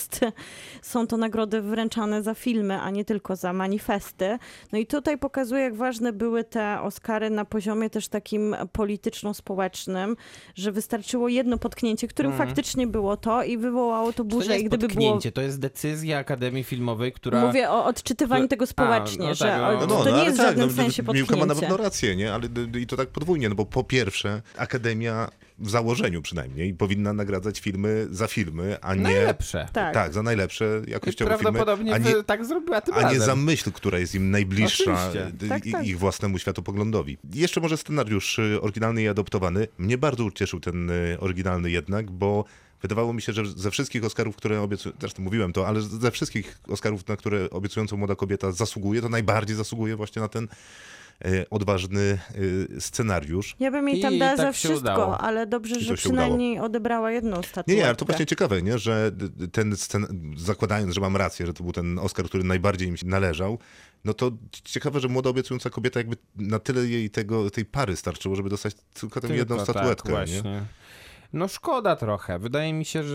są to nagrody wręczane za filmy, a nie tylko za manifesty. No i tutaj pokazuje, jak ważne były te Oscary na poziomie też takim polityczno-społecznym, że wystarczyło jedno potknięcie, którym faktycznie było to i wywołało to To burzę. nie jest I gdyby było... potknięcie, to jest decyzja Akademii Filmowej, która... Mówię o odczytywaniu tego społecznie, no że tak, no. to nie ale jest w żadnym no, sensie Miłka ma na potknięcie. pewno rację, nie? Ale i to tak podwójnie, no bo po pierwsze Akademia w założeniu przynajmniej powinna nagradzać filmy za filmy, a nie... Najlepsze. Tak. za najlepsze jakościowo filmy, Prawdopodobnie a nie, tak zrobiła tym a nie razem. za myśl, która jest im najbliższa Oczywiście. Tak, tak. ich własnemu światopoglądowi. Jeszcze może scenariusz oryginalny i adoptowany. Mnie bardzo ucieszył ten oryginalny jednak, bo wydawało mi się, że ze wszystkich Oscarów, które obiecują, zresztą mówiłem to, ale ze wszystkich Oscarów, na które obiecująco młoda kobieta zasługuje, to najbardziej zasługuje właśnie na ten odważny scenariusz. Ja bym jej I tam dała tak za się wszystko, udało. ale dobrze, I że to się przynajmniej odebrała jedną statuetkę. Nie, ale to właśnie ciekawe, nie? Że ten zakładając, że mam rację, że to był ten Oscar, który najbardziej mi się należał, no to ciekawe, że młoda obiecująca kobieta jakby na tyle jej tej pary starczyło, żeby dostać tylko tę jedną statuetkę. Tak, nie? właśnie. No szkoda trochę. Wydaje mi się,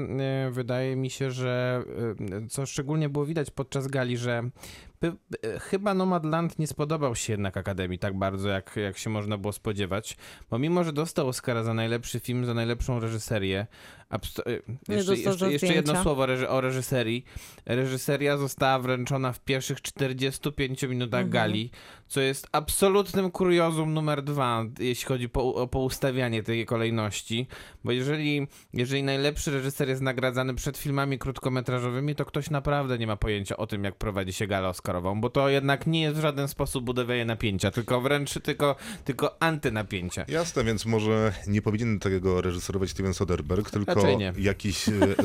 że co szczególnie było widać podczas gali, że chyba Nomadland nie spodobał się jednak Akademii tak bardzo, jak się można było spodziewać, bo mimo, że dostał Oscara za najlepszy film, za najlepszą reżyserię, jeszcze jedno słowo o reżyserii. Reżyseria została wręczona w pierwszych 45 minutach gali, co jest absolutnym kuriozum numer 2, jeśli chodzi po ustawianie tej kolejności, bo jeżeli najlepszy reżyser jest nagradzany przed filmami krótkometrażowymi, to ktoś naprawdę nie ma pojęcia o tym, jak prowadzi się galę Oscarową, bo to jednak nie jest w żaden sposób budowanie napięcia, tylko wręcz tylko antynapięcia. Jasne, więc może nie powinien tego reżyserować Steven Soderbergh, tylko jakiś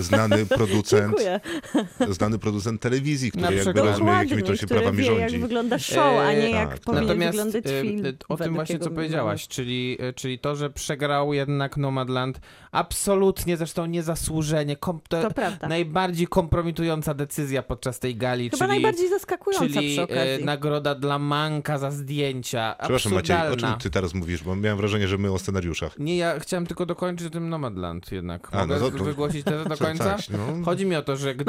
znany producent telewizji, który jakby rozumie, jakimi to się prawami wie, rządzi. Jak wygląda show, a nie jak powinien Natomiast wyglądać film. o tym właśnie, co powiedziałaś, czyli to, że przegrał jednak Nomadland, absolutnie zresztą niezasłużenie. To prawda. Najbardziej kompromitująca decyzja podczas tej gali. Chyba najbardziej zaskakująca przy okazji. Nagroda dla Manka za zdjęcia. Przepraszam Maciej, absurdalna. o czym ty teraz mówisz, bo miałem wrażenie, że my o scenariuszach. Nie, ja chciałem tylko dokończyć o tym Nomadland jednak. A, Mogę no to wygłosić tezę do końca? Tak, no. Chodzi mi o to, że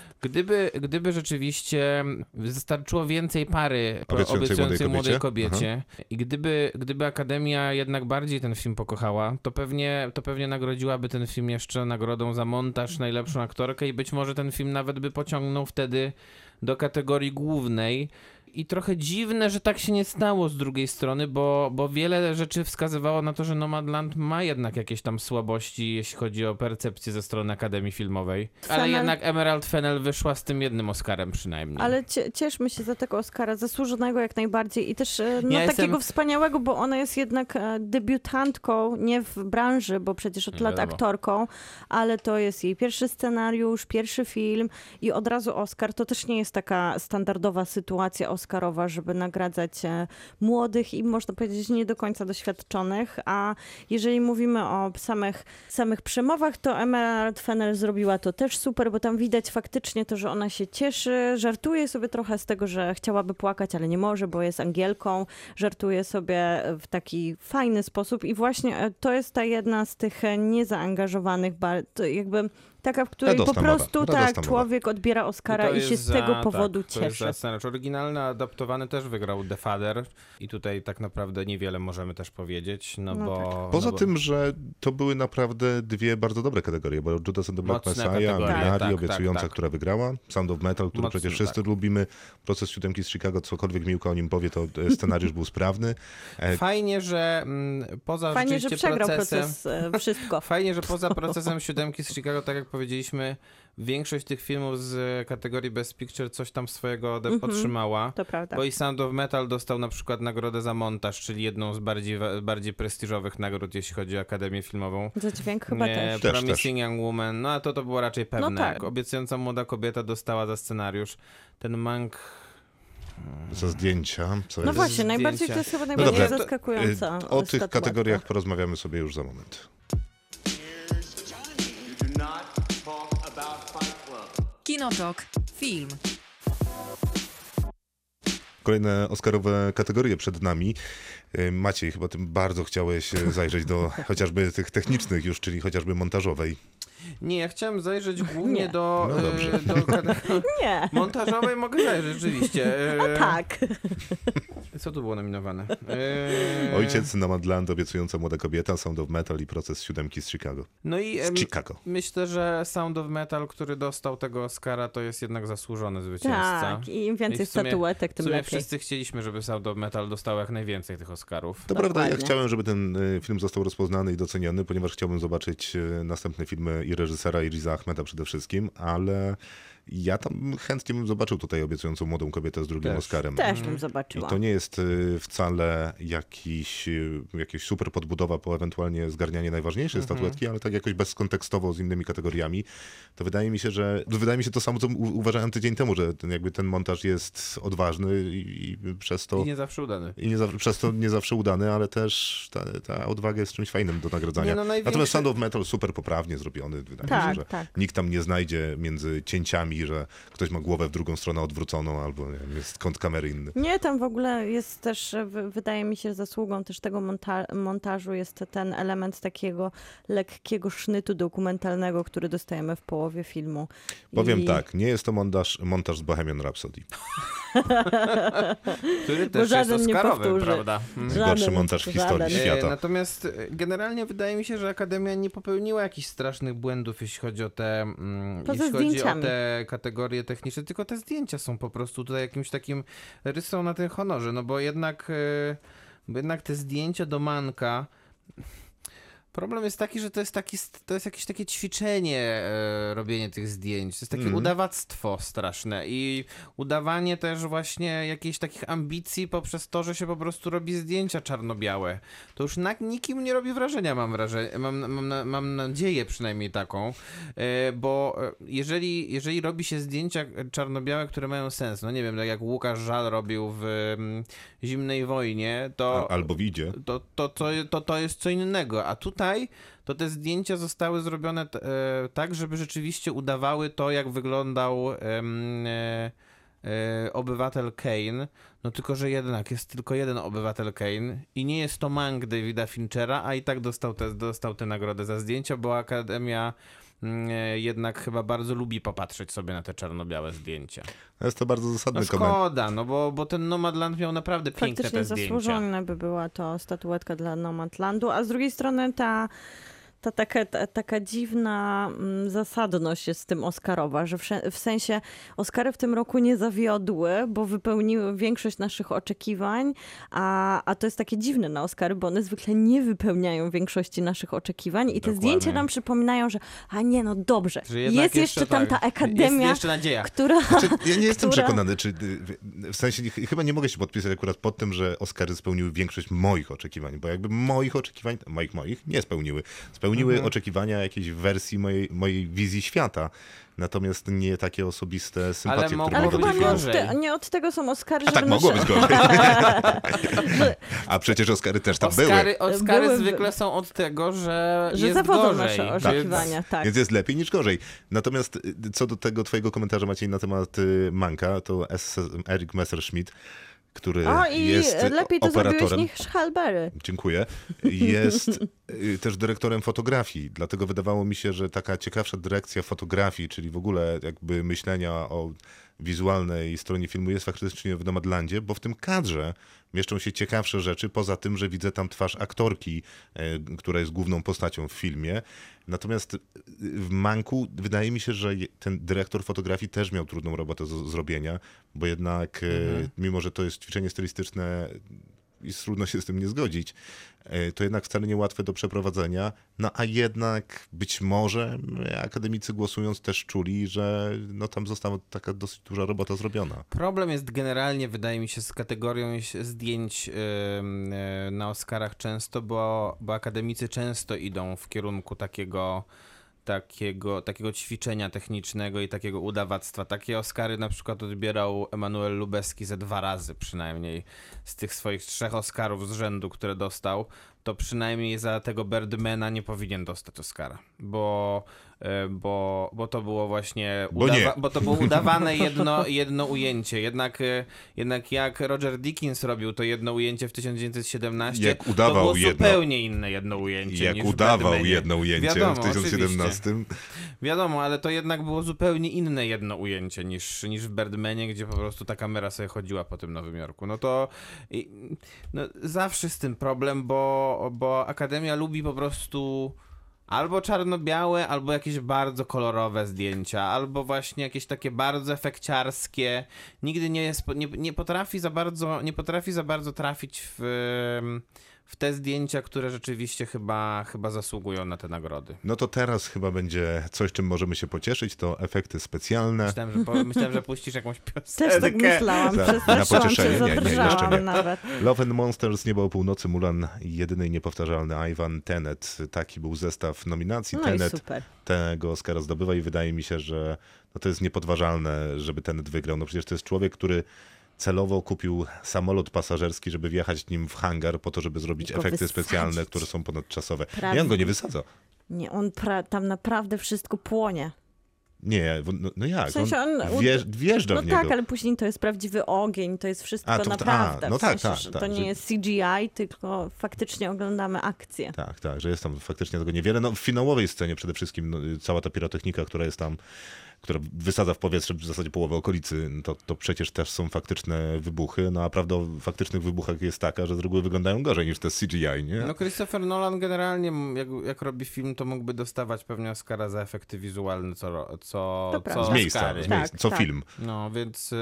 gdyby rzeczywiście wystarczyło więcej pary obiecującej młodej kobiecie i gdyby Akademia jednak bardziej ten film pokochała, to pewnie nagrodziłaby ten film jeszcze nagrodą za montaż, najlepszą aktorkę i być może ten film nawet by pociągnął wtedy do kategorii głównej. I trochę dziwne, że tak się nie stało z drugiej strony, bo wiele rzeczy wskazywało na to, że Nomadland ma jednak jakieś tam słabości, jeśli chodzi o percepcję ze strony Akademii Filmowej. Ale jednak Emerald Fennell wyszła z tym jednym Oscarem przynajmniej. Ale cieszmy się za tego Oscara, zasłużonego jak najbardziej i też takiego wspaniałego, bo ona jest jednak debiutantką, nie w branży, bo przecież od lat aktorką, ale to jest jej pierwszy scenariusz, pierwszy film i od razu Oscar. To też nie jest taka standardowa sytuacja Oscarowa, żeby nagradzać młodych i można powiedzieć nie do końca doświadczonych, a jeżeli mówimy o samych przemowach, to Emerald Fennell zrobiła to też super, bo tam widać faktycznie to, że ona się cieszy, żartuje sobie trochę z tego, że chciałaby płakać, ale nie może, bo jest Angielką, żartuje sobie w taki fajny sposób i właśnie to jest ta jedna z tych niezaangażowanych, jakby taka, w której po prostu człowiek odbiera Oscara i się z tego powodu cieszy. Oryginalny adaptowany też wygrał The Father i tutaj tak naprawdę niewiele możemy też powiedzieć, Poza tym, że to były naprawdę dwie bardzo dobre kategorie, bo Judas and the Black Messiah, Minari, obiecująca, która wygrała, Sound of Metal, który przecież wszyscy lubimy, Proces siódemki z Chicago, cokolwiek Miłka o nim powie, to scenariusz był sprawny. Fajnie, że że przegrał proces wszystko. Fajnie, że poza procesem siódemki z Chicago, tak jak powiedzieliśmy, większość tych filmów z kategorii Best Picture coś tam swojego otrzymała. To prawda. Bo i Sound of Metal dostał na przykład nagrodę za montaż, czyli jedną z bardziej prestiżowych nagród, jeśli chodzi o Akademię Filmową. Za dźwięk chyba też. Promising Young Woman, no a to było raczej pewne. No tak. Obiecująca młoda kobieta dostała za scenariusz. Ten Mank... Za zdjęcia. Właśnie, najbardziej to jest chyba najbardziej zaskakująca o tych kategoriach porozmawiamy sobie już za moment. Kinotok. Film. Kolejne oscarowe kategorie przed nami. Maciej, chyba ty bardzo chciałeś zajrzeć do chociażby tych technicznych już, czyli chociażby montażowej. Nie, ja chciałem zajrzeć głównie do Nie. montażowej, mogę zajrzeć rzeczywiście. A tak. Co tu było nominowane? Ojciec, Nomadland, obiecująca młoda kobieta, Sound of Metal i Proces siódemki z Chicago. No i z Chicago. Myślę, że Sound of Metal, który dostał tego Oscara, to jest jednak zasłużony zwycięzca. Tak, i im więcej statuetek, tym lepiej. Wszyscy chcieliśmy, żeby Sound of Metal dostał jak najwięcej tych Oscarów. To prawda, ja chciałem, żeby ten film został rozpoznany i doceniony, ponieważ chciałbym zobaczyć następne filmy i reżysera, i Riza Ahmeda przede wszystkim, ale Ja tam chętnie bym zobaczył tutaj obiecującą młodą kobietę z drugim Też. Oscarem. Też bym I zobaczyła. to nie jest wcale jakaś super podbudowa po ewentualnie zgarnianie najważniejszej statuetki, ale tak jakoś bezkontekstowo z innymi kategoriami. To wydaje mi się to samo, co uważałem tydzień temu, że ten montaż jest odważny i przez to... I nie zawsze udany. Przez to nie zawsze udany, ale też ta odwaga jest czymś fajnym do nagradzania. Natomiast Sound of Metal super poprawnie zrobiony. Wydaje mi się, że nikt tam nie znajdzie między cięciami, że ktoś ma głowę w drugą stronę odwróconą albo nie wiem, jest kąt kamery inny. Nie, tam w ogóle jest też, wydaje mi się, zasługą też tego montażu jest ten element takiego lekkiego sznytu dokumentalnego, który dostajemy w połowie filmu. Powiem tak, nie jest to montaż z Bohemian Rhapsody. Który też jest oscarowy, prawda? Najgorszy montaż w historii świata. Natomiast generalnie wydaje mi się, że Akademia nie popełniła jakichś strasznych błędów, jeśli chodzi o te kategorie techniczne, tylko te zdjęcia są po prostu tutaj jakimś takim rysą na tym honorze, no bo jednak te zdjęcia do Manka. Problem jest taki, że to jest jakieś takie ćwiczenie, robienie tych zdjęć. To jest takie udawactwo straszne i udawanie też właśnie jakichś takich ambicji poprzez to, że się po prostu robi zdjęcia czarno-białe. To już na nikim nie robi wrażenia, mam nadzieję przynajmniej taką, bo jeżeli robi się zdjęcia czarno-białe, które mają sens, no nie wiem, tak jak Łukasz Żal robił w Zimnej Wojnie, to... Albo w Idzie. To jest co innego, a tutaj to te zdjęcia zostały zrobione tak, żeby rzeczywiście udawały to, jak wyglądał obywatel Kane, no tylko, że jednak jest tylko jeden obywatel Kane i nie jest to Mank Davida Finchera, a i tak dostał tę nagrodę za zdjęcia, bo Akademia jednak chyba bardzo lubi popatrzeć sobie na te czarno-białe zdjęcia. Jest to bardzo zasadny komentarz. Szkoda, no bo ten Nomadland miał naprawdę piękne te zdjęcia. Faktycznie zasłużona by była to statuetka dla Nomadlandu, a z drugiej strony taka dziwna zasadność jest z tym Oscarowa, że w sensie Oscary w tym roku nie zawiodły, bo wypełniły większość naszych oczekiwań, a to jest takie dziwne na Oscary, bo one zwykle nie wypełniają większości naszych oczekiwań i te zdjęcia nam przypominają, że no dobrze, jest jeszcze tam ta Akademia, jest jeszcze nadzieja. która... Ja nie jestem przekonany, w sensie chyba nie mogę się podpisać akurat pod tym, że Oscary spełniły większość moich oczekiwań, bo jakby moich oczekiwań, moich nie spełniły. Spełniły oczekiwania jakiejś wersji mojej wizji świata. Natomiast nie takie osobiste sympatie, które mogą być gorzej. Nie od tego są Oscary, tak mogło być gorzej. A przecież Oscary też tam były. Oscary zwykle są od tego, że jest zawodzą gorzej. Nasze oczekiwania, tak. Więc jest lepiej niż gorzej. Natomiast co do tego twojego komentarza, Maciej, na temat Manka, to Eric Messerschmidt, który jest lepiej to operatorem. zrobiłeś niż Halberry. Dziękuję. Jest też dyrektorem fotografii, dlatego wydawało mi się, że taka ciekawsza dyrekcja fotografii, czyli w ogóle jakby myślenia o wizualnej stronie filmu jest faktycznie w Nomadlandzie, bo w tym kadrze mieszczą się ciekawsze rzeczy, poza tym, że widzę tam twarz aktorki, która jest główną postacią w filmie. Natomiast w Manku wydaje mi się, że ten dyrektor fotografii też miał trudną robotę do zrobienia, bo jednak mimo, że to jest ćwiczenie stylistyczne i trudno się z tym nie zgodzić, to jednak wcale niełatwe do przeprowadzenia, no a jednak być może akademicy głosując też czuli, że no tam została taka dosyć duża robota zrobiona. Problem jest generalnie, wydaje mi się, z kategorią zdjęć na Oscarach często, bo akademicy często idą w kierunku takiego ćwiczenia technicznego i takiego udawactwa. Takie Oscary na przykład odbierał Emanuel Lubezki ze 2 razy przynajmniej z tych swoich 3 Oscarów z rzędu, które dostał, to przynajmniej za tego Birdmana nie powinien dostać Oscara, bo to było właśnie bo to było udawane jedno ujęcie. Jednak jak Roger Deakins robił to jedno ujęcie w 1917, jak udawał to było zupełnie inne jedno ujęcie. Jak niż udawał w jedno ujęcie wiadomo, w 1917. Oczywiście. Wiadomo, ale to jednak było zupełnie inne jedno ujęcie niż w Birdmanie, gdzie po prostu ta kamera sobie chodziła po tym Nowym Jorku. No to zawsze z tym problem, bo Akademia lubi po prostu albo czarno-białe, albo jakieś bardzo kolorowe zdjęcia, albo właśnie jakieś takie bardzo efekciarskie. Nigdy nie potrafi za bardzo trafić w w te zdjęcia, które rzeczywiście chyba zasługują na te nagrody. No to teraz chyba będzie coś, czym możemy się pocieszyć, to efekty specjalne. Myślałem, że puścisz jakąś piosenkę. Też tak myślałam, Na przestraszyłam pocieszenie. się, Nie, jeszcze zadrżałam nie. nawet. Love and Monsters, Niebo o północy, Mulan, jedyny i niepowtarzalny Ivan, Tenet. Taki był zestaw nominacji. No i Tenet super. tego Oscara zdobywa i wydaje mi się, że no to jest niepodważalne, żeby Tenet wygrał. No przecież to jest człowiek, który celowo kupił samolot pasażerski, żeby wjechać nim w hangar po to, żeby zrobić I go efekty wysadzić. specjalne, które są ponadczasowe. Prawie. Nie, on go nie wysadza. Nie, on tam naprawdę wszystko płonie. Nie, no jak? W sensie on wjeżdża no w niego. tak, ale później to jest prawdziwy ogień, to jest wszystko to- naprawdę. no w tak, sensie, tak, że tak, to nie że- jest CGI, tylko faktycznie oglądamy akcję. Tak, że jest tam faktycznie tego niewiele. No w finałowej scenie przede wszystkim cała ta pirotechnika, która jest tam, która wysadza w powietrze w zasadzie połowę okolicy, to przecież też są faktyczne wybuchy, no a prawda o faktycznych wybuchach jest taka, że z reguły wyglądają gorzej niż te CGI, nie? No Christopher Nolan generalnie, jak robi film, to mógłby dostawać pewnie Oscara za efekty wizualne To prawda. Z miejsca, Oscary. co Tak. film. No,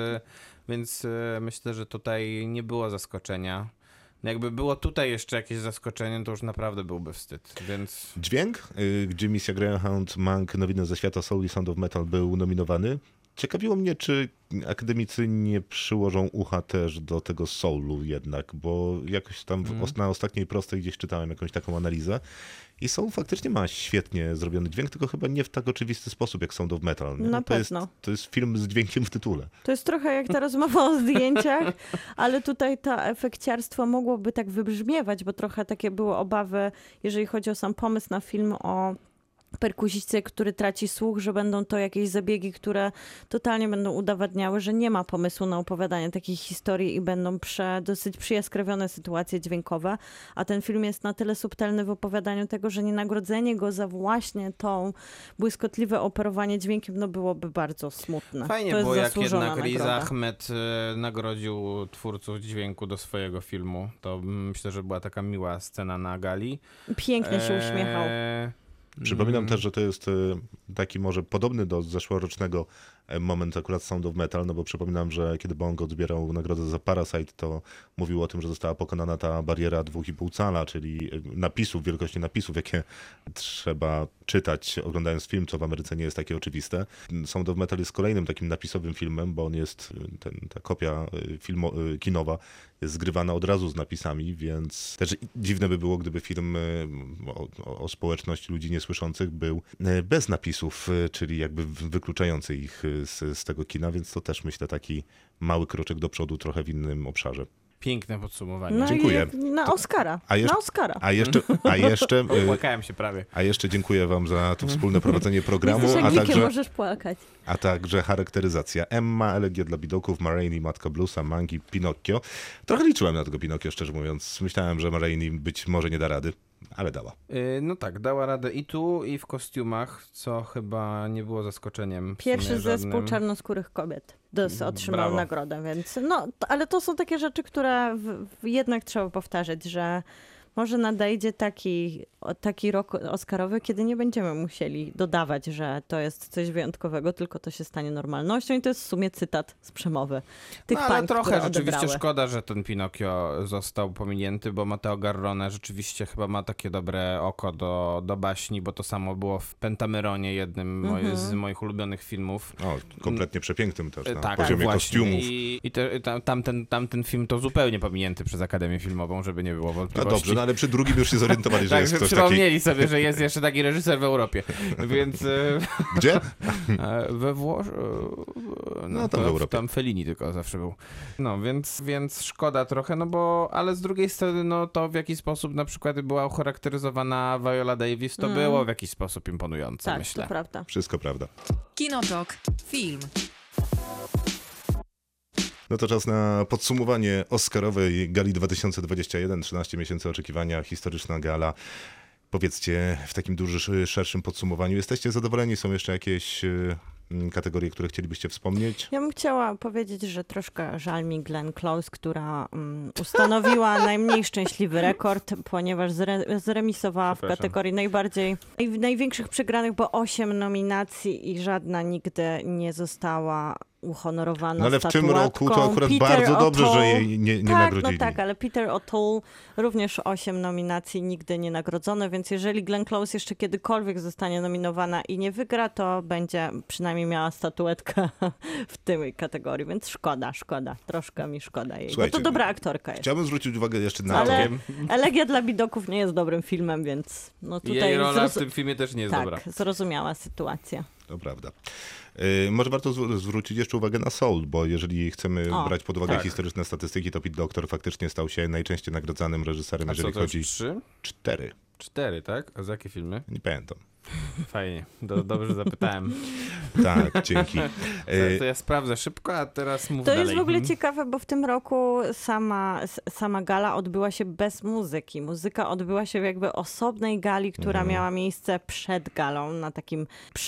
więc myślę, że tutaj nie było zaskoczenia. Jakby było tutaj jeszcze jakieś zaskoczenie, to już naprawdę byłby wstyd, więc... Dźwięk, gdzie misja Greyhound, Mank, Nowiny ze świata Soul i Sound of Metal był nominowany. Ciekawiło mnie, czy akademicy nie przyłożą ucha też do tego soulu jednak, bo jakoś tam na ostatniej prostej gdzieś czytałem jakąś taką analizę i Soul faktycznie ma świetnie zrobiony dźwięk, tylko chyba nie w tak oczywisty sposób jak Sound of Metal. Nie? Na to pewno. To jest film z dźwiękiem w tytule. To jest trochę jak ta rozmowa o zdjęciach, ale tutaj to efekciarstwo mogłoby tak wybrzmiewać, bo trochę takie były obawy, jeżeli chodzi o sam pomysł na film o perkusiście, który traci słuch, że będą to jakieś zabiegi, które totalnie będą udowadniały, że nie ma pomysłu na opowiadanie takich historii i będą dosyć przyjaskrawione sytuacje dźwiękowe, a ten film jest na tyle subtelny w opowiadaniu tego, że nienagrodzenie go za właśnie tą błyskotliwe operowanie dźwiękiem, no byłoby bardzo smutne. Fajnie to jest było, jak zasłużona jednak Riz nagroda. Ahmed nagrodził twórców dźwięku do swojego filmu. To myślę, że była taka miła scena na gali. Pięknie się uśmiechał. Przypominam też, że to jest taki może podobny do zeszłorocznego moment akurat Sound of Metal, no bo przypominam, że kiedy Bong odbierał nagrodę za Parasite, to mówił o tym, że została pokonana ta bariera 2,5 cala, czyli wielkości napisów, jakie trzeba czytać oglądając film, co w Ameryce nie jest takie oczywiste. Sound of Metal jest kolejnym takim napisowym filmem, bo on jest, ta kopia kinowa jest zgrywana od razu z napisami, więc też dziwne by było, gdyby film o społeczności ludzi niesłyszących był bez napisów, czyli jakby wykluczający ich z tego kina, więc to też myślę taki mały kroczek do przodu trochę w innym obszarze. Piękne podsumowanie. No Dziękuję. I na Oscara. Na Oscara. Płakałem się prawie. A jeszcze dziękuję wam za to wspólne prowadzenie programu, Jesteś a geekiem, także, możesz płakać. a także charakteryzacja. Emma, Elegia dla bidoków, Ma Rainey, Matka Bluesa, Mangi, Pinocchio. Trochę liczyłem na tego Pinocchio, szczerze mówiąc. Myślałem, że Ma Rainey być może nie da rady, ale dała. No tak, dała radę i tu, i w kostiumach, co chyba nie było zaskoczeniem. w Pierwszy sumie zespół żadnym. czarnoskórych kobiet otrzymał Brawo. nagrodę, więc ale to są takie rzeczy, które jednak trzeba powtarzać, że może nadejdzie taki rok oscarowy, kiedy nie będziemy musieli dodawać, że to jest coś wyjątkowego, tylko to się stanie normalnością i to jest w sumie cytat z przemowy tych ale pań, trochę które rzeczywiście odebrały. szkoda, że ten Pinokio został pominięty, bo Matteo Garrone rzeczywiście chyba ma takie dobre oko do baśni, bo to samo było w Pentameronie, jednym z moich ulubionych filmów. O, kompletnie przepięknym też na Tak, poziomie właśnie. kostiumów. I tamten film to zupełnie pominięty przez Akademię Filmową, żeby nie było No wątpliwości. dobrze, no ale przy drugim już się zorientowali, że Tak, jest że ktoś taki... przypomnieli sobie, że jest jeszcze taki reżyser w Europie, więc... Gdzie? We Włoszech? No, tam w Europie. Tam Fellini tylko zawsze był. No, więc szkoda trochę, ale z drugiej strony, to w jaki sposób na przykład była ucharakteryzowana Viola Davis, to było w jakiś sposób imponujące, Tak, myślę. to prawda. Wszystko prawda. Kinotok. Film. No to czas na podsumowanie Oscarowej gali 2021. 13 miesięcy oczekiwania, historyczna gala. Powiedzcie w takim dużym, szerszym podsumowaniu, jesteście zadowoleni? Są jeszcze jakieś kategorie, które chcielibyście wspomnieć? Ja bym chciała powiedzieć, że troszkę żal mi Glenn Close, która ustanowiła najmniej szczęśliwy rekord, ponieważ zremisowała w kategorii największych przegranych, bo 8 nominacji i żadna nigdy nie została uhonorowana No ale w tym statuetką. roku to akurat Peter bardzo dobrze, O'Toole. że jej nie nagrodzili. No tak, ale Peter O'Toole również 8 nominacji, nigdy nie nagrodzone, więc jeżeli Glenn Close jeszcze kiedykolwiek zostanie nominowana i nie wygra, to będzie przynajmniej miała statuetkę w tej kategorii, więc szkoda, troszkę mi szkoda jej, bo Słuchajcie, to dobra aktorka jest. Chciałbym zwrócić uwagę jeszcze na to. Ale Elegia dla bidoków nie jest dobrym filmem, więc no tutaj Jej rola w tym filmie też nie jest tak, dobra. zrozumiała sytuacja. To prawda. Może warto zwrócić jeszcze uwagę na Soul, bo jeżeli chcemy brać pod uwagę tak. historyczne statystyki, to Pete Docter faktycznie stał się najczęściej nagradzanym reżyserem, A jeżeli co, to chodzi... już 3? 4. 4, tak? A za jakie filmy? Nie pamiętam. Fajnie, dobrze zapytałem. Tak, dzięki. To ja sprawdzę szybko, a teraz mów To dalej. jest w ogóle ciekawe, bo w tym roku sama gala odbyła się bez muzyki. Muzyka odbyła się w jakby osobnej gali, która miała miejsce przed galą, na takim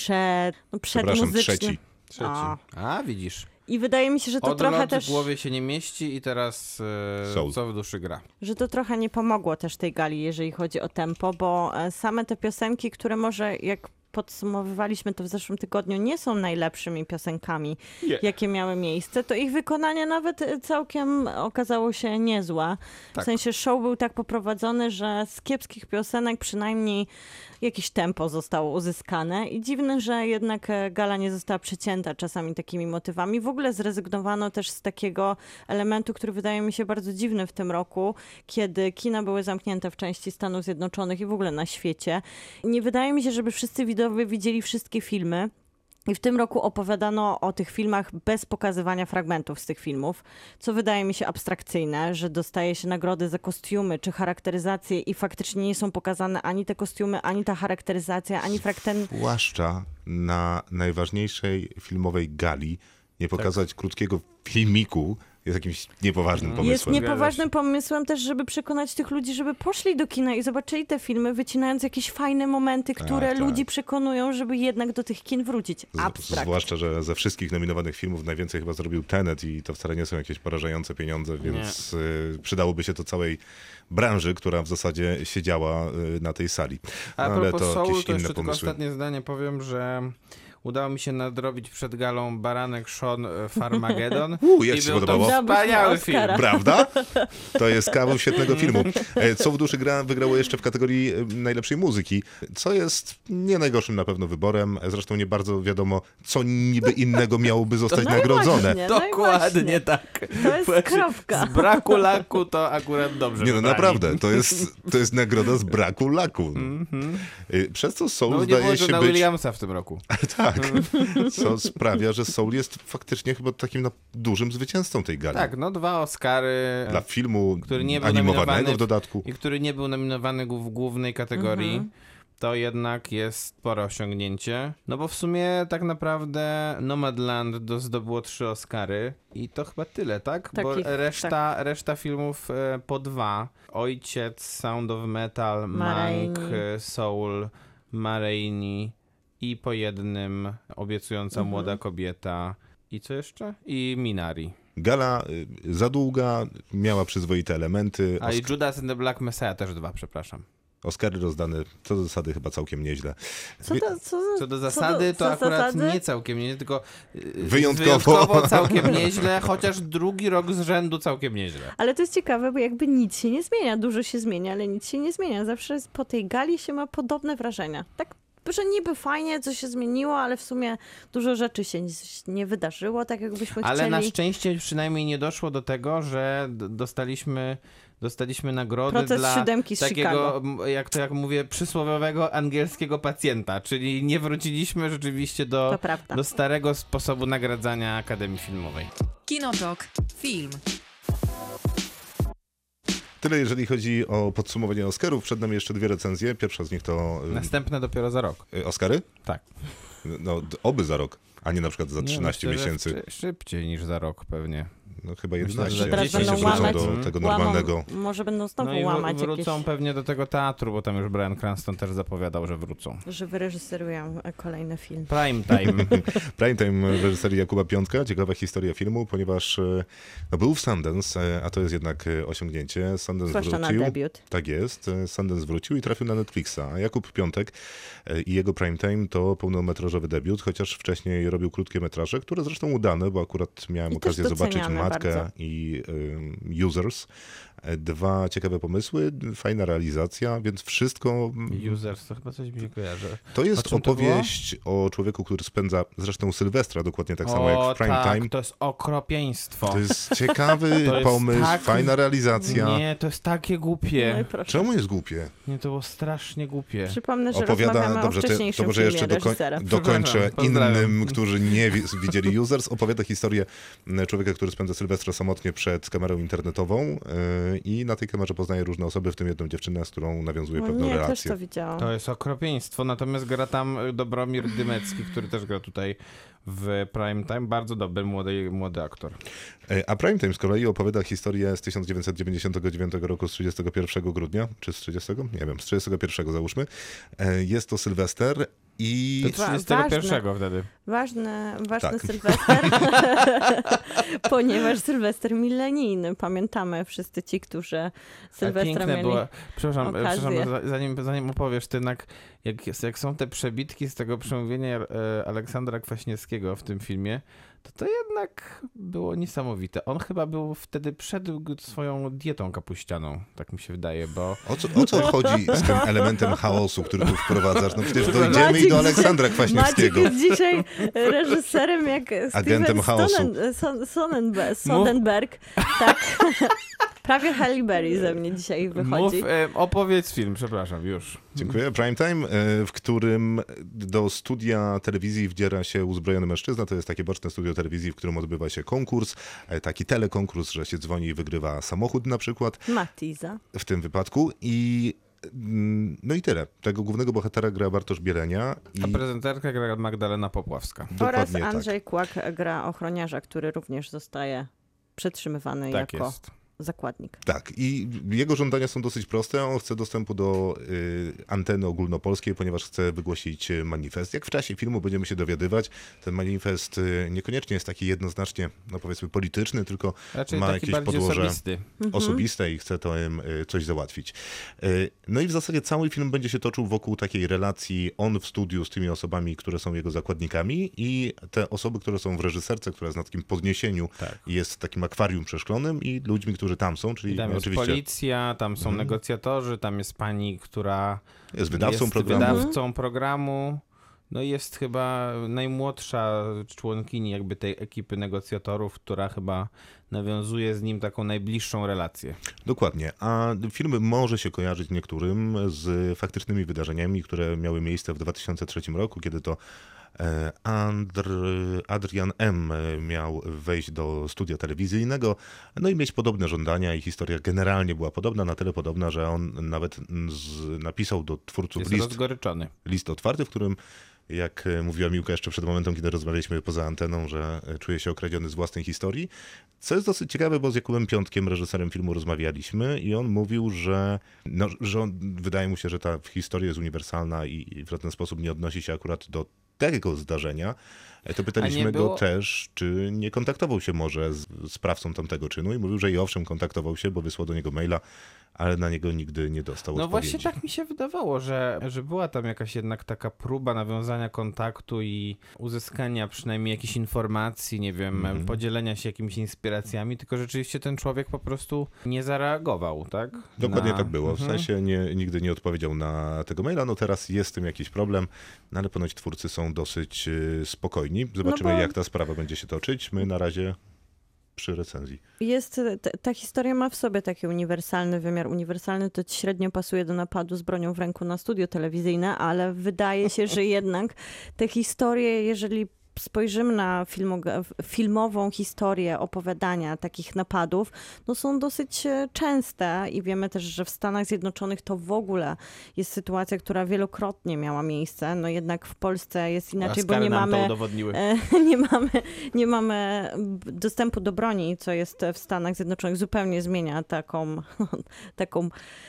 Przepraszam, przedmuzycznym. trzeci. A, widzisz. I wydaje mi się, że to trochę Odlot też, w głowie się nie mieści i teraz Soul. co w duszy gra. że to trochę nie pomogło też tej gali, jeżeli chodzi o tempo, bo same te piosenki, które może jak podsumowywaliśmy to w zeszłym tygodniu, nie są najlepszymi piosenkami, jakie miały miejsce, to ich wykonanie nawet całkiem okazało się niezłe. Tak. W sensie show był tak poprowadzony, że z kiepskich piosenek przynajmniej jakieś tempo zostało uzyskane i dziwne, że jednak gala nie została przecięta czasami takimi motywami. W ogóle zrezygnowano też z takiego elementu, który wydaje mi się bardzo dziwny w tym roku, kiedy kina były zamknięte w części Stanów Zjednoczonych i w ogóle na świecie. Nie wydaje mi się, żeby wszyscy widzowie widzieli wszystkie filmy. I w tym roku opowiadano o tych filmach bez pokazywania fragmentów z tych filmów, co wydaje mi się abstrakcyjne, że dostaje się nagrody za kostiumy czy charakteryzację i faktycznie nie są pokazane ani te kostiumy, ani ta charakteryzacja, ani fragment. Zwłaszcza na najważniejszej filmowej gali nie pokazać krótkiego filmiku jest jakimś niepoważnym pomysłem. Jest niepoważnym pomysłem też, żeby przekonać tych ludzi, żeby poszli do kina i zobaczyli te filmy, wycinając jakieś fajne momenty, które tak. ludzi przekonują, żeby jednak do tych kin wrócić. Abstrakt. Zwłaszcza, że ze wszystkich nominowanych filmów najwięcej chyba zrobił Tenet i to wcale nie są jakieś porażające pieniądze, więc przydałoby się to całej branży, która w zasadzie siedziała na tej sali. A No, ale propos to Soul, jakieś to inne jeszcze tylko pomysły. ostatnie zdanie powiem, że udało mi się nadrobić przed galą Baranek Sean Farmageddon. Jak I ci się był podobało? to wspaniały Oscara. film. Prawda? To jest kawał świetnego filmu. Co w duszy gra wygrało jeszcze w kategorii najlepszej muzyki, co jest nie najgorszym na pewno wyborem. Zresztą nie bardzo wiadomo, co niby innego miałoby zostać nagrodzone. Właśnie, no i Dokładnie właśnie. tak. To jest kropka. Z braku laku to akurat dobrze Nie no, wybrali. naprawdę, to jest nagroda z braku laku. Przez co Soul No nie było zdaje się Johna być... Williamsa w tym roku. Tak, co sprawia, że Soul jest faktycznie chyba takim dużym zwycięzcą tej gali. Tak, no 2 Oscary. Dla filmu który nie był animowanego nominowany w dodatku. I który nie był nominowany w głównej kategorii. To jednak jest spore osiągnięcie. No bo w sumie tak naprawdę Nomadland zdobyło 3 Oscary i to chyba tyle, tak? Bo Takich, reszta filmów po 2. Ojciec, Sound of Metal, Ma Rainey. Mank, Soul, Ma Rainey i po jednym Obiecująca młoda kobieta. I co jeszcze? I Minari. Gala za długa, miała przyzwoite elementy. A i Judas and the Black Messiah też 2, przepraszam. Oscary rozdane co do zasady chyba całkiem nieźle. Co do zasady, to akurat zasady? nie całkiem nieźle, tylko Wyjątkowo. całkiem nieźle, chociaż drugi rok z rzędu całkiem nieźle. Ale to jest ciekawe, bo jakby nic się nie zmienia. Dużo się zmienia, ale nic się nie zmienia. Zawsze po tej gali się ma podobne wrażenia. Tak, że niby fajnie, co się zmieniło, ale w sumie dużo rzeczy się nie wydarzyło, tak jakbyśmy Ale chcieli. na szczęście przynajmniej nie doszło do tego, że dostaliśmy nagrody Proces dla siódemki z takiego, jak mówię, przysłowiowego angielskiego pacjenta, czyli nie wróciliśmy rzeczywiście To prawda. do starego sposobu nagradzania Akademii Filmowej. Kinotok. Film. Tyle jeżeli chodzi o podsumowanie Oscarów. Przed nami jeszcze 2 recenzje. Pierwsza z nich to Następne dopiero za rok. Oscary? Tak. No, oby za rok, a nie na przykład za Nie, 13 myślę, że miesięcy. Szybciej niż za rok pewnie. no chyba Myślę, 11. że Teraz dzieci będą się wrócą łamać, do tego normalnego. może będą znowu No i łamać wrócą jakieś, pewnie do tego teatru, bo tam już Bryan Cranston też zapowiadał, że wrócą. że wyreżyserują kolejny film. Prime time. Prime Time w reżyserii Jakuba Piątka. Ciekawa historia filmu, ponieważ no, był w Sundance, a to jest jednak osiągnięcie. Sundance Zwłaszcza na wrócił. debiut. Tak jest. Sundance wrócił i trafił na Netflixa. A Jakub Piątek i jego Prime Time to pełnometrażowy debiut, chociaż wcześniej robił krótkie metraże, które zresztą udane, bo akurat miałem I też okazję zobaczyć doceniane Matkę bardzo. i Users. Dwa ciekawe pomysły, fajna realizacja, więc wszystko... Users, to chyba coś mi się kojarzy. To O jest czym to opowieść o człowieku, który spędza zresztą Sylwestra dokładnie tak samo jak w Prime tak, Time. to jest okropieństwo. To jest ciekawy To jest pomysł, tak- fajna realizacja. Nie, to jest takie No i głupie. proszę. Czemu jest głupie? Nie, to było strasznie głupie. Przypomnę, że rozmawiamy o to wcześniejszym może filmie jeszcze reżysera. dokończę Przepraszam, pozdrawiam. innym, którzy nie widzieli Users. Opowiada historię człowieka, który spędza Sylwestra samotnie przed kamerą internetową i na tej kamerze poznaje różne osoby, w tym jedną dziewczynę, z którą nawiązuje No pewną nie, też relację. to widziałam. To jest okropieństwo, natomiast gra tam Dobromir Dymecki, który też gra tutaj w Prime Time. Bardzo dobry, młody aktor. A Prime Time z kolei opowiada historię z 1999 roku, z 31 grudnia, czy z 30? Nie wiem, z 31 załóżmy. Jest to Sylwester i... To 31 wtedy. Ważny Tak. Sylwester, ponieważ Sylwester milenijny. Pamiętamy wszyscy ci, którzy Ale Sylwestra piękne mieli. było. Przepraszam, okazję. zanim opowiesz, to jednak jak są te przebitki z tego przemówienia Aleksandra Kwaśniewskiego w tym filmie, to jednak było niesamowite. On chyba był wtedy przed swoją dietą kapuścianą, tak mi się wydaje, bo... O co chodzi z tym elementem chaosu, który tu wprowadzasz? No przecież dojdziemy Maciek i do Aleksandra Kwaśniewskiego. Maciek jest dzisiaj reżyserem jak Agentem Steven chaosu. Soderbergh. Tak. Prawie Halle Berry ze mnie dzisiaj wychodzi. Opowiedz film, przepraszam, już. Dziękuję. Prime Time, w którym do studia telewizji wdziera się uzbrojony mężczyzna. To jest takie boczne studio telewizji, w którym odbywa się konkurs, taki telekonkurs, że się dzwoni i wygrywa samochód na przykład Matiza. w tym wypadku. No i tyle. Tego głównego bohatera gra Bartosz Bielenia. A prezenterka gra Magdalena Popławska. Oraz Dokładnie tak. Andrzej Kłak gra ochroniarza, który również zostaje przetrzymywany Tak jako jest. zakładnik. Tak, i jego żądania są dosyć proste. On chce dostępu do anteny ogólnopolskiej, ponieważ chce wygłosić manifest. Jak w czasie filmu będziemy się dowiadywać, ten manifest niekoniecznie jest taki jednoznacznie, no powiedzmy, polityczny, tylko Raczej ma taki jakieś bardziej podłoże osobisty. osobiste i chce to im coś załatwić. No i w zasadzie cały film będzie się toczył wokół takiej relacji on w studiu z tymi osobami, które są jego zakładnikami i te osoby, które są w reżyserce, która jest na takim podniesieniu, Tak. jest takim akwarium przeszklonym i ludźmi, którzy tam są, czyli I tam jest oczywiście policja, tam są negocjatorzy, tam jest pani, która jest wydawcą jest programu. wydawcą programu. No i jest chyba najmłodsza członkini jakby tej ekipy negocjatorów, która chyba nawiązuje z nim taką najbliższą relację. Dokładnie, a film może się kojarzyć niektórym z faktycznymi wydarzeniami, które miały miejsce w 2003 roku, kiedy to Adrian M. miał wejść do studia telewizyjnego, no i mieć podobne żądania i historia generalnie była podobna, na tyle podobna, że on nawet napisał do twórców Jest list rozgoryczony. otwarty, w którym, jak mówiła Miłka jeszcze przed momentem, kiedy rozmawialiśmy poza anteną, że czuje się okradziony z własnej historii. Co jest dosyć ciekawe, bo z Jakubem Piątkiem, reżyserem filmu, rozmawialiśmy i on mówił, że wydaje mu się, że ta historia jest uniwersalna i w żaden sposób nie odnosi się akurat do tego zdarzenia. To pytaliśmy go też, czy nie kontaktował się może z sprawcą tamtego czynu i mówił, że i owszem, kontaktował się, bo wysłał do niego maila, ale na niego nigdy nie dostał No odpowiedzi. właśnie tak mi się wydawało, że była tam jakaś jednak taka próba nawiązania kontaktu i uzyskania przynajmniej jakichś informacji, nie wiem, podzielenia się jakimiś inspiracjami, tylko rzeczywiście ten człowiek po prostu nie zareagował, tak? Dokładnie tak było. W sensie nigdy nie odpowiedział na tego maila. No teraz jest z tym jakiś problem, no ale ponoć twórcy są dosyć spokojni. Zobaczymy, jak ta sprawa będzie się toczyć. My na razie przy recenzji. Ta historia ma w sobie taki uniwersalny wymiar. Uniwersalny to średnio pasuje do napadu z bronią w ręku na studio telewizyjne, ale wydaje się, że jednak te historie, jeżeli spojrzymy na filmową historię opowiadania takich napadów, no są dosyć częste i wiemy też, że w Stanach Zjednoczonych to w ogóle jest sytuacja, która wielokrotnie miała miejsce. No jednak w Polsce jest inaczej, bo nie mamy dostępu do broni, co jest w Stanach Zjednoczonych, zupełnie zmienia taką